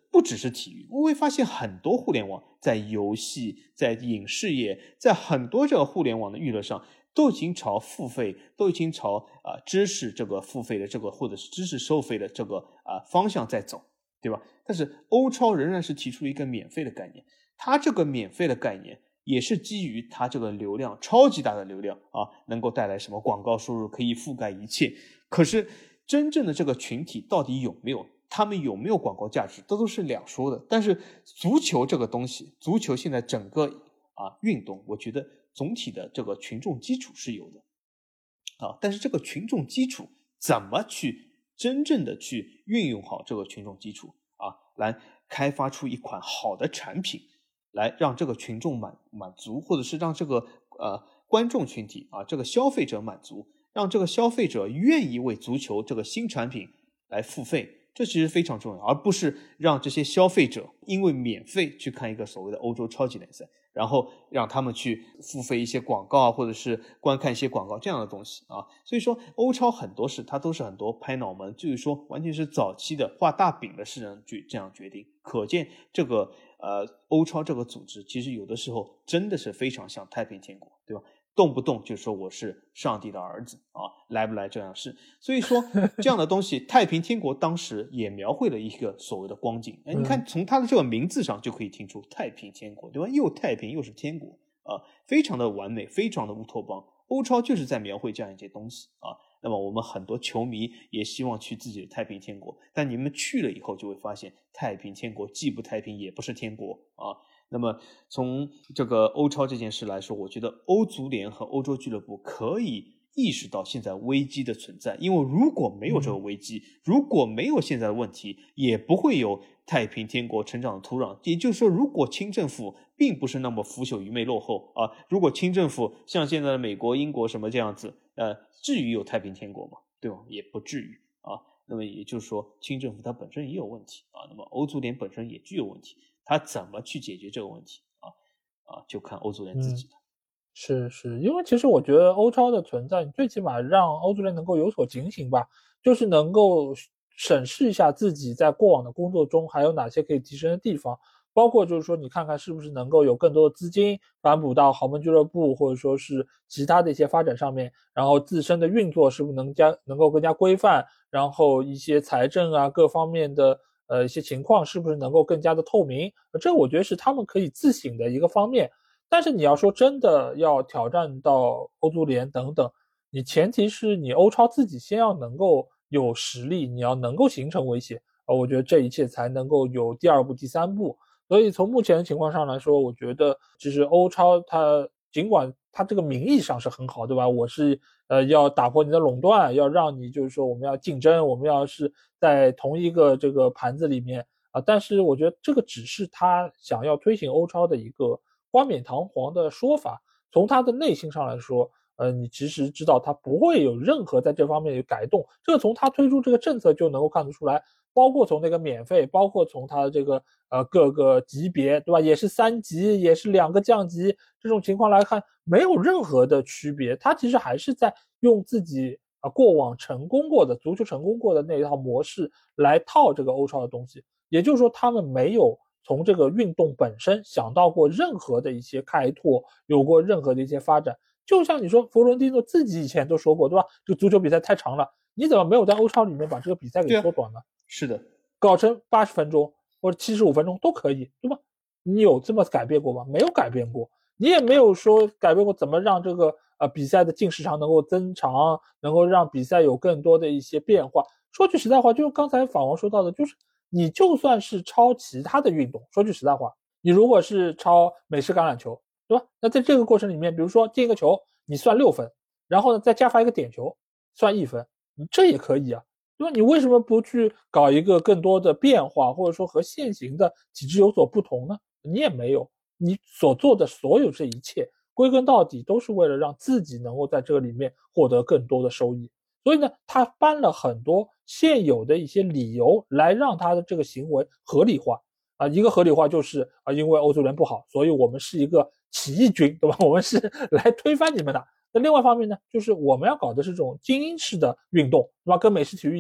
不只是体育，我会发现很多互联网在游戏、在影视业、在很多这个互联网的娱乐上，都已经朝付费，都已经朝知识这个付费的这个或者是知识收费的这个方向在走，对吧？但是欧超仍然是提出了一个免费的概念，它这个免费的概念也是基于它这个流量超级大的流量能够带来什么广告收入，可以覆盖一切。可是真正的这个群体到底有没有，他们有没有广告价值，这都是两说的。但是足球这个东西，足球现在整个运动，我觉得总体的这个群众基础是有的但是这个群众基础怎么去真正的去运用好这个群众基础来开发出一款好的产品，来让这个群众满足，或者是让这个观众群体这个消费者满足，让这个消费者愿意为足球这个新产品来付费，这其实非常重要，而不是让这些消费者因为免费去看一个所谓的欧洲超级联赛，然后让他们去付费一些广告或者是观看一些广告这样的东西所以说欧超很多事它都是很多拍脑门，就是说完全是早期的画大饼的市场局这样决定。可见这个欧超这个组织其实有的时候真的是非常像太平天国，对吧？动不动就说我是上帝的儿子来不来这样事。所以说这样的东西太平天国当时也描绘了一个所谓的光景你看从它的这个名字上就可以听出太平天国，对吧？又太平又是天国非常的完美，非常的乌托邦。欧超就是在描绘这样一些东西那么我们很多球迷也希望去自己的太平天国，但你们去了以后就会发现太平天国既不太平也不是天国那么从这个欧超这件事来说，我觉得欧足联和欧洲俱乐部可以意识到现在危机的存在，因为如果没有这个危机如果没有现在的问题，也不会有太平天国成长的土壤。也就是说，如果清政府并不是那么腐朽愚昧落后如果清政府像现在的美国英国什么这样子至于有太平天国吗？对吧？也不至于那么也就是说清政府它本身也有问题那么欧足联本身也具有问题，它怎么去解决这个问题就看欧足联自己的是，因为其实我觉得欧超的存在，你最起码让欧足联能够有所警醒吧，就是能够审视一下自己在过往的工作中还有哪些可以提升的地方，包括就是说你看看是不是能够有更多的资金反哺到豪门俱乐部或者说是其他的一些发展上面，然后自身的运作是不是能够更加规范，然后一些财政各方面的一些情况是不是能够更加的透明，这我觉得是他们可以自省的一个方面。但是你要说真的要挑战到欧足联等等，你前提是你欧超自己先要能够有实力，你要能够形成威胁我觉得这一切才能够有第二步第三步。所以从目前的情况上来说，我觉得其实欧超它尽管它这个名义上是很好，对吧？我是要打破你的垄断，要让你就是说我们要竞争，我们要是在同一个这个盘子里面但是我觉得这个只是他想要推行欧超的一个冠冕堂皇的说法，从他的内心上来说你其实知道他不会有任何在这方面的改动，这个从他推出这个政策就能够看得出来，包括从那个免费，包括从他的这个各个级别，对吧？也是3级，也是2个降级，这种情况来看没有任何的区别，他其实还是在用自己过往成功过的足球成功过的那一套模式来套这个欧超的东西，也就是说他们没有从这个运动本身想到过任何的一些开拓，有过任何的一些发展。就像你说弗伦蒂诺自己以前都说过，对吧？这个足球比赛太长了，你怎么没有在欧超里面把这个比赛给缩短呢？ 是的， 搞成80分钟或者75分钟都可以，对吧？你有这么改变过吗？没有改变过。你也没有说改变过怎么让这个比赛的净时长能够增长，能够让比赛有更多的一些变化。说句实在话，就是刚才法王说到的，就是你就算是抄其他的运动，说句实在话，你如果是抄美式橄榄球，对吧？那在这个过程里面，比如说进一个球，你算6分，然后呢再加罚一个点球，算1分，你这也可以对吧？你为什么不去搞一个更多的变化，或者说和现行的体制有所不同呢？你也没有，你所做的所有这一切，归根到底都是为了让自己能够在这个里面获得更多的收益。所以呢，他搬了很多现有的一些理由来让他的这个行为合理化一个合理化就是因为欧足联不好，所以我们是一个起义军，对吧？我们是来推翻你们的。那另外一方面呢，就是我们要搞的是这种精英式的运动，对吧？跟美式体育一样，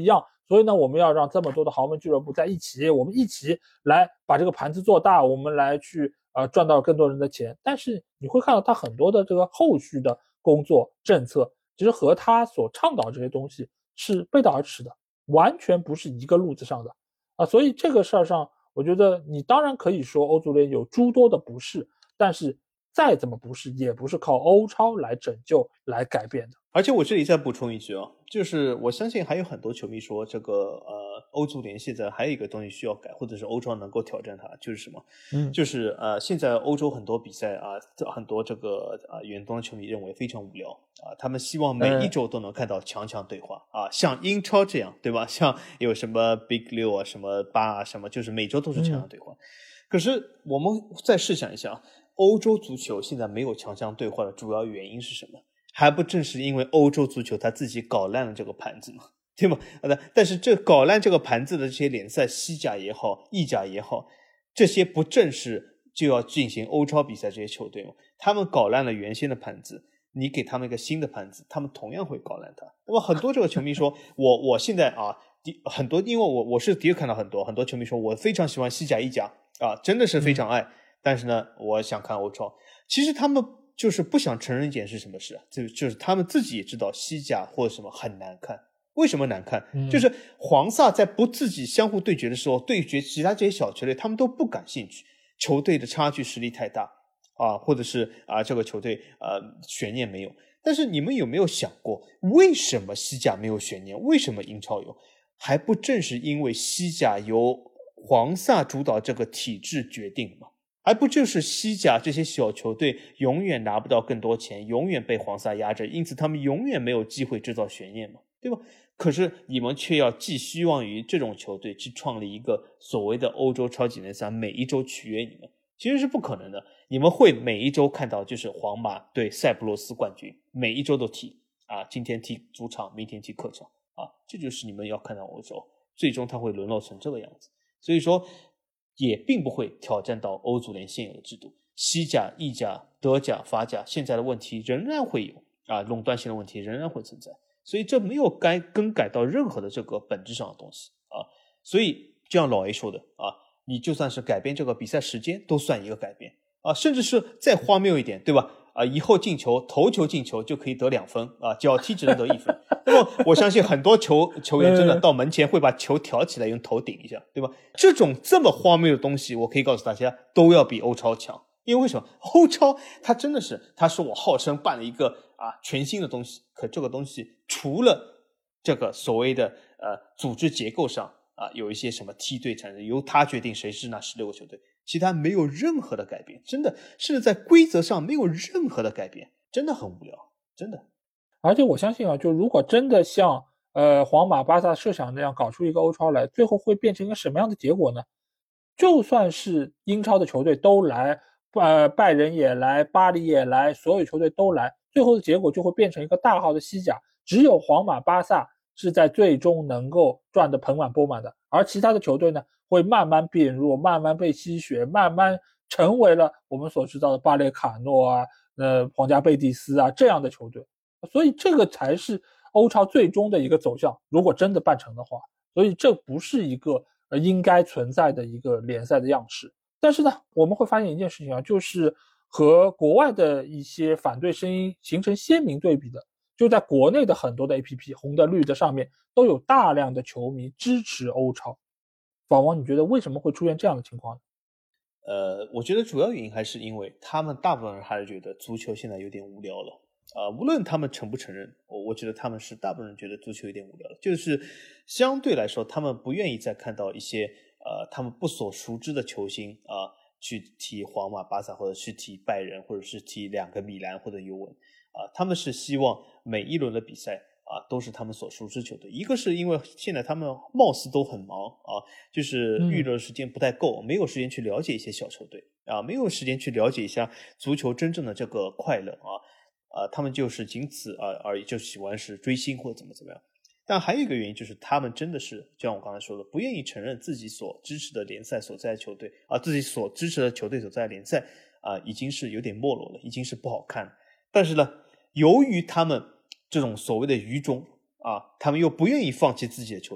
所以呢，我们要让这么多的豪门俱乐部在一起，我们一起来把这个盘子做大，我们来去赚到更多人的钱。但是你会看到他很多的这个后续的工作政策，其实和他所倡导这些东西是背道而驰的，完全不是一个路子上的所以这个事儿上，我觉得你当然可以说欧足联有诸多的不是，但是再怎么不是，也不是靠欧超来拯救来改变的。 而且我这里再补充一句就是我相信还有很多球迷说这个欧足联现在还有一个东西需要改，或者是欧超能够挑战它，就是什么？就是现在欧洲很多比赛很多这个远东的球迷认为非常无聊他们希望每一周都能看到强强对话像英超这样，对吧？像有什么 Big 6什么8什么，就是每周都是强强对话。可是我们再试想一下，欧洲足球现在没有强强对话的主要原因是什么？还不正是因为欧洲足球他自己搞烂了这个盘子吗？对吗？但是这搞烂这个盘子的这些联赛，西甲也好，意甲也好，这些不正是就要进行欧超比赛这些球队吗？他们搞烂了原先的盘子，你给他们一个新的盘子，他们同样会搞烂它。那么很多这个球迷说，我现在很多，因为我是的确看到很多球迷说，我非常喜欢西甲、意甲真的是非常爱，但是呢，我想看欧超。其实他们就是不想承认一件是什么事就是他们自己也知道西甲或者什么很难看。为什么难看？就是黄萨在不自己相互对决的时候，对决其他这些小球队，他们都不感兴趣，球队的差距实力太大或者是这个球队悬念没有。但是你们有没有想过，为什么西甲没有悬念？为什么英超有？还不正是因为西甲由黄萨主导这个体制决定吗？还不就是西甲这些小球队永远拿不到更多钱，永远被黄萨压着，因此他们永远没有机会制造悬念嘛，对吧？可是你们却要寄希望于这种球队去创立一个所谓的欧洲超级联赛，每一周取悦你们，其实是不可能的。你们会每一周看到就是皇马对塞浦路斯冠军，每一周都踢今天踢主场，明天踢客场这就是你们要看到欧洲，最终它会沦落成这个样子。所以说也并不会挑战到欧足联现有的制度，西甲、意甲、德甲、法甲现在的问题仍然会有垄断性的问题仍然会存在，所以这没有更改到任何的这个本质上的东西所以就像老 A 说的你就算是改变这个比赛时间都算一个改变甚至是再荒谬一点，对吧？以后进球头球进球就可以得2分脚踢只能得1分。那么我相信很多球员真的到门前会把球挑起来用头顶一下，对吧？这么荒谬的东西，我可以告诉大家都要比欧超强。因为为什么？欧超它真的是，它是我号称办了一个全新的东西，可这个东西除了这个所谓的组织结构上有一些什么梯队产生，由他决定谁是那16个球队，其他没有任何的改变，真的是在规则上没有任何的改变，真的很无聊，真的。 而且我相信就如果真的像皇马、巴萨设想那样搞出一个欧超来，最后会变成一个什么样的结果呢？就算是英超的球队都来，拜仁也来，巴黎也来，所有球队都来，最后的结果就会变成一个大号的西甲，只有皇马、巴萨是在最终能够赚得盆满钵满的，而其他的球队呢，会慢慢变弱，慢慢被吸血，慢慢成为了我们所知道的巴列卡诺皇家贝蒂斯这样的球队。所以这个才是欧超最终的一个走向，如果真的办成的话，所以这不是一个应该存在的一个联赛的样式。但是呢，我们会发现一件事情就是和国外的一些反对声音形成鲜明对比的，就在国内的很多的 APP 红的绿的上面都有大量的球迷支持欧超。法王，你觉得为什么会出现这样的情况呢？ 我觉得主要原因还是因为他们大部分人还是觉得足球现在有点无聊了无论他们承不承认，我觉得他们是大部分人觉得足球有点无聊了，就是相对来说他们不愿意再看到一些他们不所熟知的球星去踢皇马、巴萨，或者去踢拜仁，或者是踢2个米兰或者尤文他们是希望每一轮的比赛都是他们所熟知球队。一个是因为现在他们貌似都很忙就是娱乐时间不太够，没有时间去了解一些小球队没有时间去了解一下足球真正的这个快乐他们就是仅此而已，就喜欢是追星或者怎么样。但还有一个原因就是他们真的是就像我刚才说的，不愿意承认自己所支持的联赛所在的球队自己所支持的球队所在的联赛已经是有点没落了，已经是不好看了。但是呢，由于他们这种所谓的愚忠他们又不愿意放弃自己的球队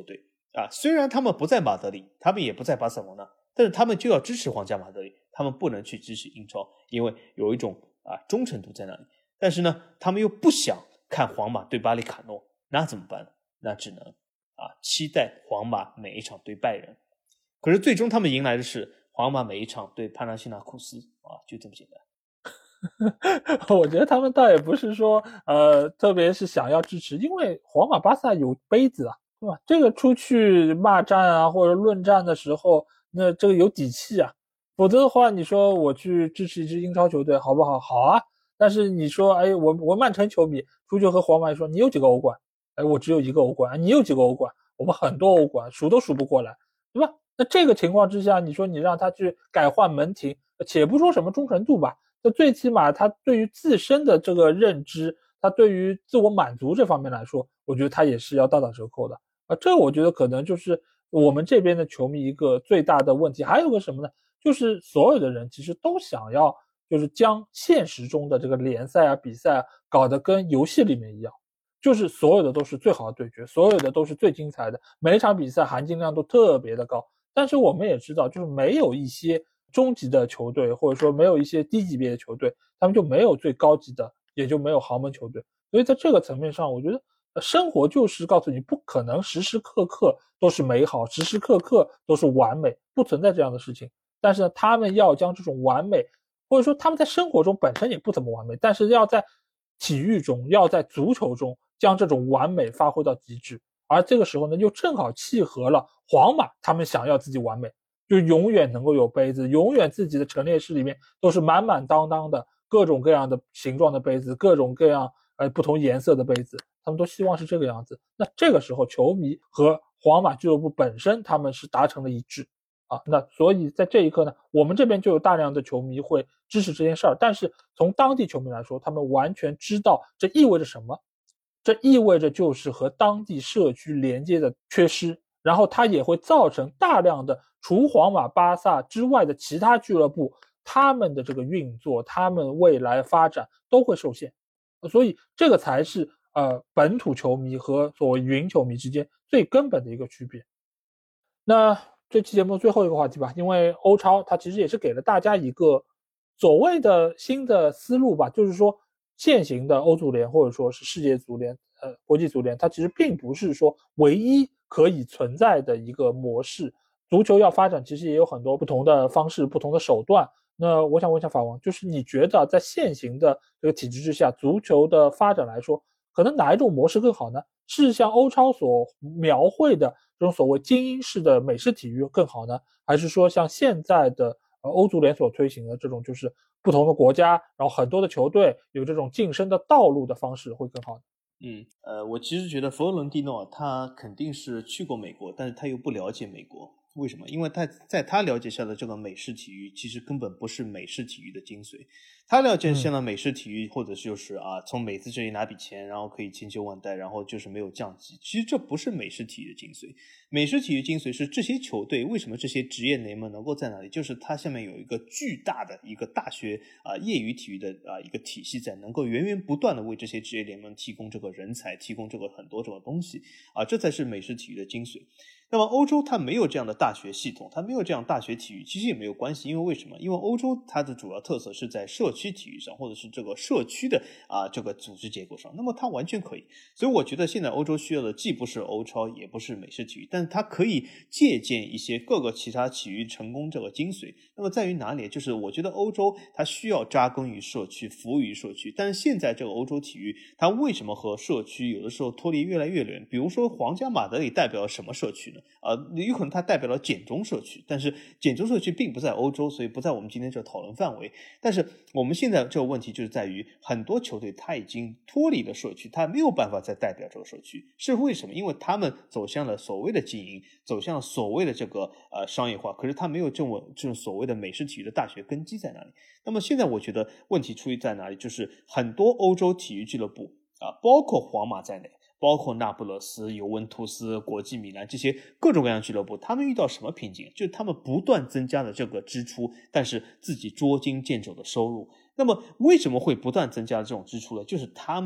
虽然他们不在马德里，他们也不在巴塞罗那，但是他们就要支持皇家马德里，他们不能去支持英超，因为有一种忠诚度在那里。但是呢，他们又不想看皇马对巴里卡诺，那怎么办呢？那只能期待皇马每一场对拜仁。可是最终他们迎来的是皇马每一场对帕纳西纳库斯就这么简单。 我觉得他们倒也不是说特别是想要支持，因为皇马巴萨有杯子啊，对吧？这个出去骂战或者论战的时候，那这个有底气啊。否则的话，你说我去支持一支英超球队好不好？好啊。但是你说我曼城球迷出去和皇马说你有几个欧冠？我只有一个欧冠。你有几个欧冠？我们很多欧冠，数都数不过来，对吧？那这个情况之下，你说你让他去改换门庭，且不说什么忠诚度吧，那最起码他对于自身的这个认知，他对于自我满足这方面来说，我觉得他也是要大打折扣的。这我觉得可能就是我们这边的球迷一个最大的问题。还有个什么呢？就是所有的人其实都想要就是将现实中的这个联赛比赛搞得跟游戏里面一样，就是所有的都是最好的对决，所有的都是最精彩的，每一场比赛含金量都特别的高。但是我们也知道，就是没有一些中级的球队，或者说没有一些低级别的球队，他们就没有最高级的，也就没有豪门球队。所以在这个层面上，我觉得生活就是告诉你，不可能时时刻刻都是美好，时时刻刻都是完美，不存在这样的事情。但是呢，他们要将这种完美，或者说他们在生活中本身也不怎么完美，但是要在体育中，要在足球中将这种完美发挥到极致。而这个时候呢，又正好契合了皇马他们想要自己完美，就永远能够有杯子，永远自己的陈列室里面都是满满当当的各种各样的形状的杯子，各种各样不同颜色的杯子，他们都希望是这个样子。那这个时候球迷和皇马俱乐部本身他们是达成了一致那所以在这一刻呢，我们这边就有大量的球迷会支持这件事儿。但是从当地球迷来说，他们完全知道这意味着什么，这意味着就是和当地社区连接的缺失，然后它也会造成大量的除皇马巴萨之外的其他俱乐部，他们的这个运作，他们未来发展都会受限。所以这个才是本土球迷和所谓云球迷之间最根本的一个区别。那这期节目最后一个话题吧，因为欧超它其实也是给了大家一个所谓的新的思路吧，就是说现行的欧足联或者说是世界足联国际足联，它其实并不是说唯一可以存在的一个模式。足球要发展其实也有很多不同的方式，不同的手段。那我想问一下法王，就是你觉得在现行的这个体制之下，足球的发展来说，可能哪一种模式更好呢？是像欧超所描绘的这种所谓精英式的美式体育更好呢，还是说像现在的欧足联所推行的这种就是不同的国家，然后很多的球队有这种晋升的道路的方式会更好呢？ 我其实觉得佛罗伦蒂诺他肯定是去过美国，但是他又不了解美国。为什么？因为他在他了解下的这个美式体育其实根本不是美式体育的精髓。他了解下的美式体育或者就是从美资这里拿笔钱，然后可以千秋万代，然后就是没有降级，其实这不是美式体育的精髓。美式体育精髓是这些球队为什么这些职业联盟能够在那里，就是它下面有一个巨大的一个大学业余体育的一个体系在，能够源源不断的为这些职业联盟提供这个人才，提供这个很多这个东西这才是美式体育的精髓。那么欧洲它没有这样的大学系统，它没有这样大学体育，其实也没有关系。因为为什么？因为欧洲它的主要特色是在社区体育上，或者是这个社区的这个组织结构上，那么它完全可以。所以我觉得现在欧洲需要的既不是欧超，也不是美式体育，但是它可以借鉴一些各个其他体育成功这个精髓。那么在于哪里？就是我觉得欧洲它需要扎根于社区，服务于社区。但是现在这个欧洲体育，它为什么和社区有的时候脱离越来越远？比如说皇家马德里代表什么社区呢？有可能它代表了简中社区，但是简中社区并不在欧洲，所以不在我们今天这讨论范围。但是我们现在这个问题就是在于很多球队它已经脱离了社区，它没有办法再代表这个社区，是为什么？因为他们走向了所谓的经营，走向了所谓的这个商业化，可是它没有这种所谓的美式体育的大学根基在那里。那么现在我觉得问题出于在哪里，就是很多欧洲体育俱乐部包括皇马在内，包括那不勒斯、尤文图斯、国际米兰这些各种各样的俱乐部，他们遇到什么瓶颈？就是他们不断增加了这个支出，但是自己捉襟见肘的收入。那么为什么会不断增加这种支出呢？就是他们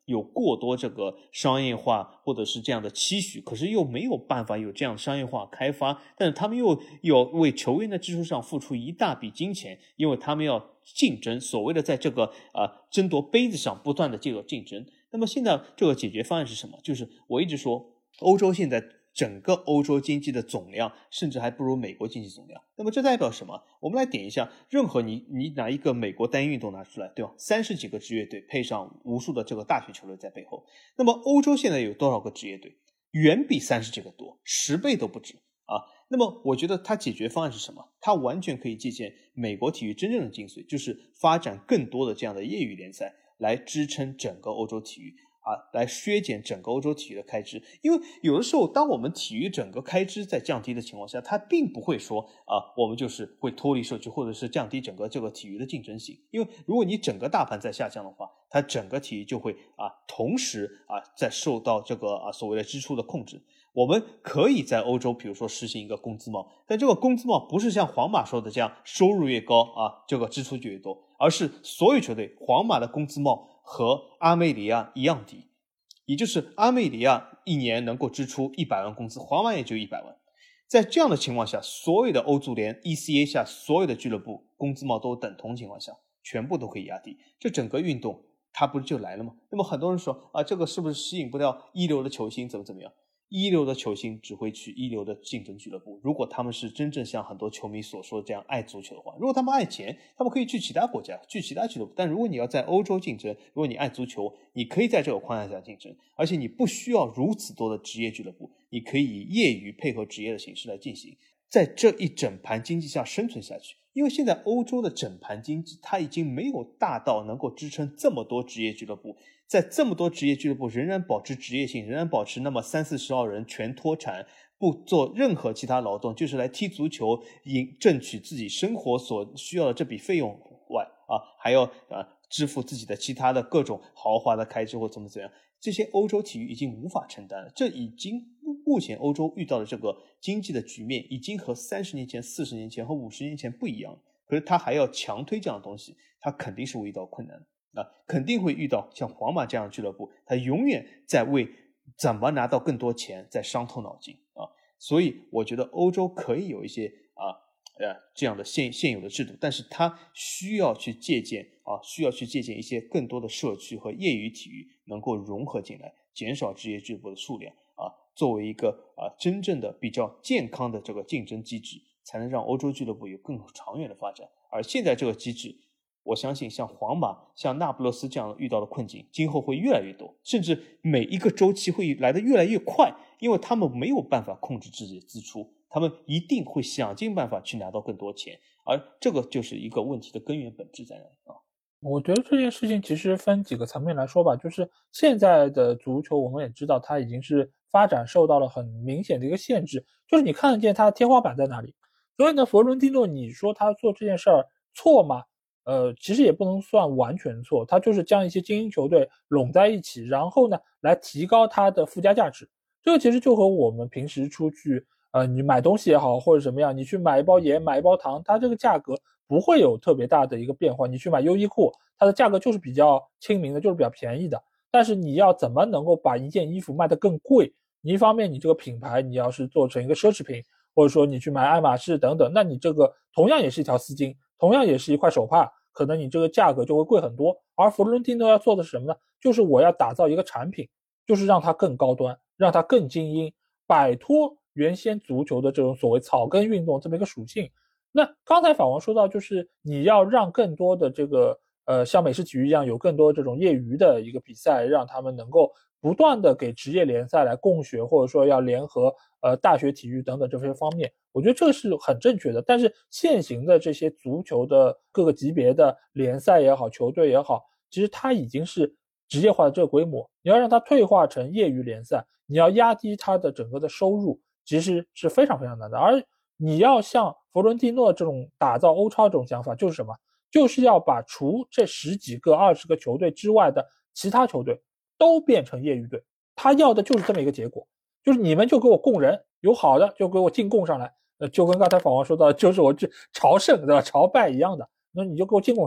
有过多这个商业化或者是这样的期许，可是又没有办法有这样商业化开发，但是他们又有为球员的支出上付出一大笔金钱，因为他们要竞争，所谓的在这个争夺杯子上不断的这个竞争。那么现在这个解决方案是什么？就是我一直说，欧洲现在整个欧洲经济的总量甚至还不如美国经济总量。那么这代表什么？我们来点一下，任何你拿一个美国单一运动拿出来，对吧？30几个职业队配上无数的这个大学球队在背后，那么欧洲现在有多少个职业队？远比30几个多，10倍都不止啊。那么我觉得它解决方案是什么？它完全可以借鉴美国体育真正的精髓，就是发展更多的这样的业余联赛来支撑整个欧洲体育来削减整个欧洲体育的开支。因为有的时候当我们体育整个开支在降低的情况下，它并不会说我们就是会脱离社区，或者是降低整个这个体育的竞争性。因为如果你整个大盘在下降的话，它整个体育就会同时在受到这个所谓的支出的控制。我们可以在欧洲比如说实行一个工资帽，但这个工资帽不是像皇马说的这样收入越高这个支出就越多，而是所有球队皇马的工资帽和阿梅里亚一样低，也就是阿梅里亚一年能够支出100万工资，皇马也就100万。在这样的情况下，所有的欧足联 ECA 下所有的俱乐部工资帽都等同情况下，全部都可以压低，这整个运动它不是就来了吗？那么很多人说这个是不是吸引不了一流的球星怎么样？一流的球星只会去一流的竞争俱乐部，如果他们是真正像很多球迷所说的这样爱足球的话，如果他们爱钱，他们可以去其他国家，去其他俱乐部。但如果你要在欧洲竞争，如果你爱足球，你可以在这个框架下竞争，而且你不需要如此多的职业俱乐部，你可以以业余配合职业的形式来进行，在这一整盘经济下生存下去。因为现在欧洲的整盘经济它已经没有大到能够支撑这么多职业俱乐部，在这么多职业俱乐部仍然保持职业性，仍然保持那么30-40号人全脱产，不做任何其他劳动，就是来踢足球挣取自己生活所需要的这笔费用外还要支付自己的其他的各种豪华的开支或怎么样，这些欧洲体育已经无法承担了。这已经目前欧洲遇到的这个经济的局面已经和30年前、40年前和50年前不一样了，可是他还要强推这样的东西，他肯定是会遇到困难的肯定会遇到像皇马这样的俱乐部，他永远在为怎么拿到更多钱在伤透脑筋所以我觉得欧洲可以有一些这样的现有的制度，但是它需要去借鉴一些更多的社区和业余体育能够融合进来，减少职业俱乐部的数量作为一个真正的比较健康的这个竞争机制，才能让欧洲俱乐部有更长远的发展。而现在这个机制，我相信像皇马、像那不勒斯这样遇到的困境，今后会越来越多，甚至每一个周期会来得越来越快，因为他们没有办法控制自己的支出，他们一定会想尽办法去拿到更多钱，而这个就是一个问题的根源本质在哪里我觉得这件事情其实分几个层面来说吧，就是现在的足球我们也知道它已经是发展受到了很明显的一个限制，就是你看得见它的天花板在哪里。所以呢，弗伦蒂诺你说他做这件事儿错吗？其实也不能算完全错，他就是将一些精英球队拢在一起，然后呢来提高它的附加价值。这个其实就和我们平时出去你买东西也好或者什么样，你去买一包盐买一包糖，它这个价格不会有特别大的一个变化。你去买优衣库，它的价格就是比较亲民的，就是比较便宜的。但是你要怎么能够把一件衣服卖得更贵，你一方面你这个品牌你要是做成一个奢侈品，或者说你去买爱马仕等等，那你这个同样也是一条丝巾，同样也是一块手帕，可能你这个价格就会贵很多。而弗伦蒂诺要做的是什么呢？就是我要打造一个产品，就是让它更高端，让它更精英，摆脱原先足球的这种所谓草根运动这么一个属性。那刚才法王说到，就是你要让更多的这个像美式体育一样，有更多这种业余的一个比赛，让他们能够不断的给职业联赛来供血，或者说要联合大学体育等等这些方面，我觉得这个是很正确的。但是现行的这些足球的各个级别的联赛也好，球队也好，其实它已经是职业化的这个规模，你要让它退化成业余联赛，你要压低它的整个的收入，其实是非常非常难的。而你要像弗伦蒂诺这种打造欧超这种想法，就是什么？就是要把除这10几个、20个球队之外的其他球队都变成业余队。他要的就是这么一个结果，就是你们就给我供人，有好的就给我进贡上来，就跟刚才法王说到，就是我朝圣对吧？朝拜一样的，那你就给我进贡上来，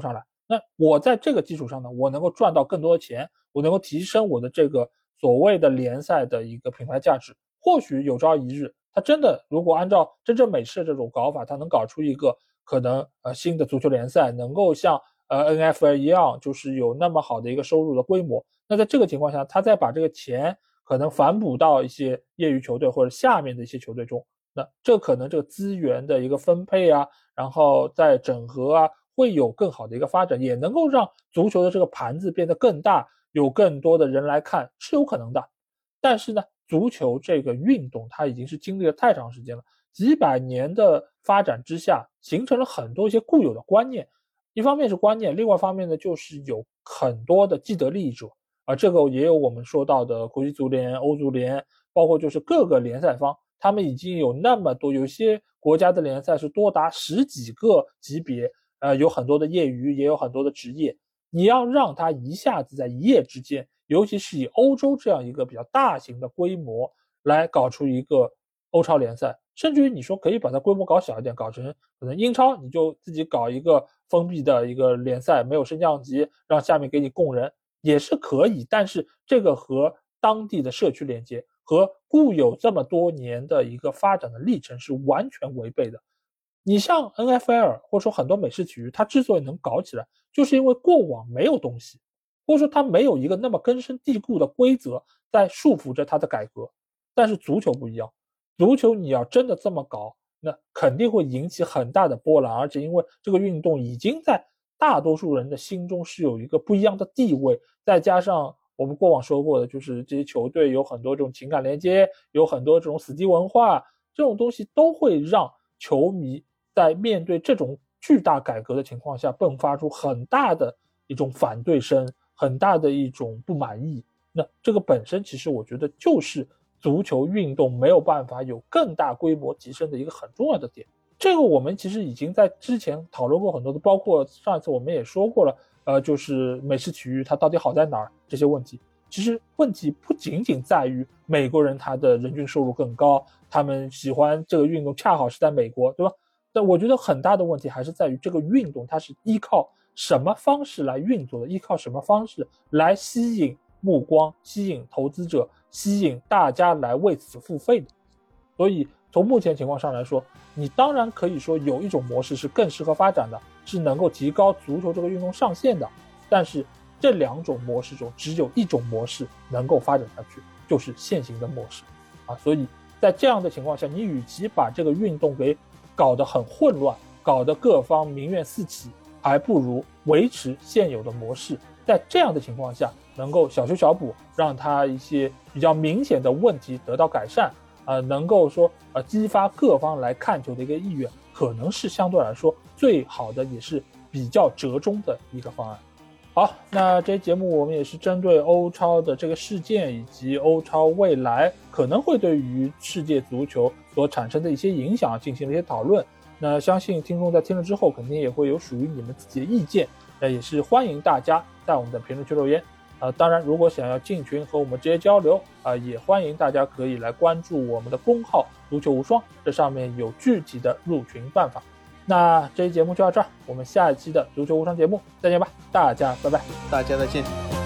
那我在这个基础上呢，我能够赚到更多的钱，我能够提升我的这个所谓的联赛的一个品牌价值。或许有朝一日，他真的如果按照真正美式的这种搞法，他能搞出一个可能新的足球联赛，能够像NFL 一样，就是有那么好的一个收入的规模。那在这个情况下，他再把这个钱可能反哺到一些业余球队或者下面的一些球队中，那这可能这个资源的一个分配啊，然后再整合啊，会有更好的一个发展，也能够让足球的这个盘子变得更大，有更多的人来看，是有可能的。但是呢，足球这个运动它已经是经历了太长时间了，几百年的发展之下，形成了很多一些固有的观念。一方面是观念，另外一方面呢，就是有很多的既得利益者，这个也有我们说到的国际足联、欧足联，包括就是各个联赛方，他们已经有那么多，有些国家的联赛是多达10几个级别，有很多的业余，也有很多的职业。你要让它一下子在一夜之间，尤其是以欧洲这样一个比较大型的规模来搞出一个欧超联赛，甚至于你说可以把它规模搞小一点，搞成可能英超，你就自己搞一个封闭的一个联赛，没有升降级，让下面给你供人也是可以，但是这个和当地的社区连接和固有这么多年的一个发展的历程是完全违背的。你像 NFL 或者说很多美式体育，它之所以能搞起来，就是因为过往没有东西，或者说它没有一个那么根深蒂固的规则在束缚着它的改革。但是足球不一样，足球你要真的这么搞，那肯定会引起很大的波澜，而且因为这个运动已经在大多数人的心中是有一个不一样的地位，再加上我们过往说过的，就是这些球队有很多这种情感连接，有很多这种死敌文化，这种东西都会让球迷在面对这种巨大改革的情况下，迸发出很大的一种反对声，很大的一种不满意。那这个本身其实我觉得就是足球运动没有办法有更大规模提升的一个很重要的点。这个我们其实已经在之前讨论过很多的，包括上一次我们也说过了，就是美式体育它到底好在哪儿这些问题。其实问题不仅仅在于美国人他的人均收入更高，他们喜欢这个运动恰好是在美国，对吧？但我觉得很大的问题还是在于这个运动它是依靠什么方式来运作的，依靠什么方式来吸引目光，吸引投资者，吸引大家来为此付费的。所以从目前情况上来说，你当然可以说有一种模式是更适合发展的，是能够提高足球这个运动上限的，但是这两种模式中只有一种模式能够发展下去，就是现行的模式所以在这样的情况下，你与其把这个运动给搞得很混乱，搞得各方民怨四起，还不如维持现有的模式，在这样的情况下能够小修小补，让它一些比较明显的问题得到改善，能够说激发各方来看球的一个意愿，可能是相对来说最好的，也是比较折中的一个方案。好，那这期节目我们也是针对欧超的这个事件，以及欧超未来可能会对于世界足球所产生的一些影响进行了一些讨论。那相信听众在听了之后肯定也会有属于你们自己的意见，那也是欢迎大家在我们的评论区留言。当然如果想要进群和我们直接交流也欢迎大家可以来关注我们的公号足球无双，这上面有具体的入群办法。那这期节目就到这儿，我们下一期的足球无双节目再见吧，大家拜拜， 大家再见。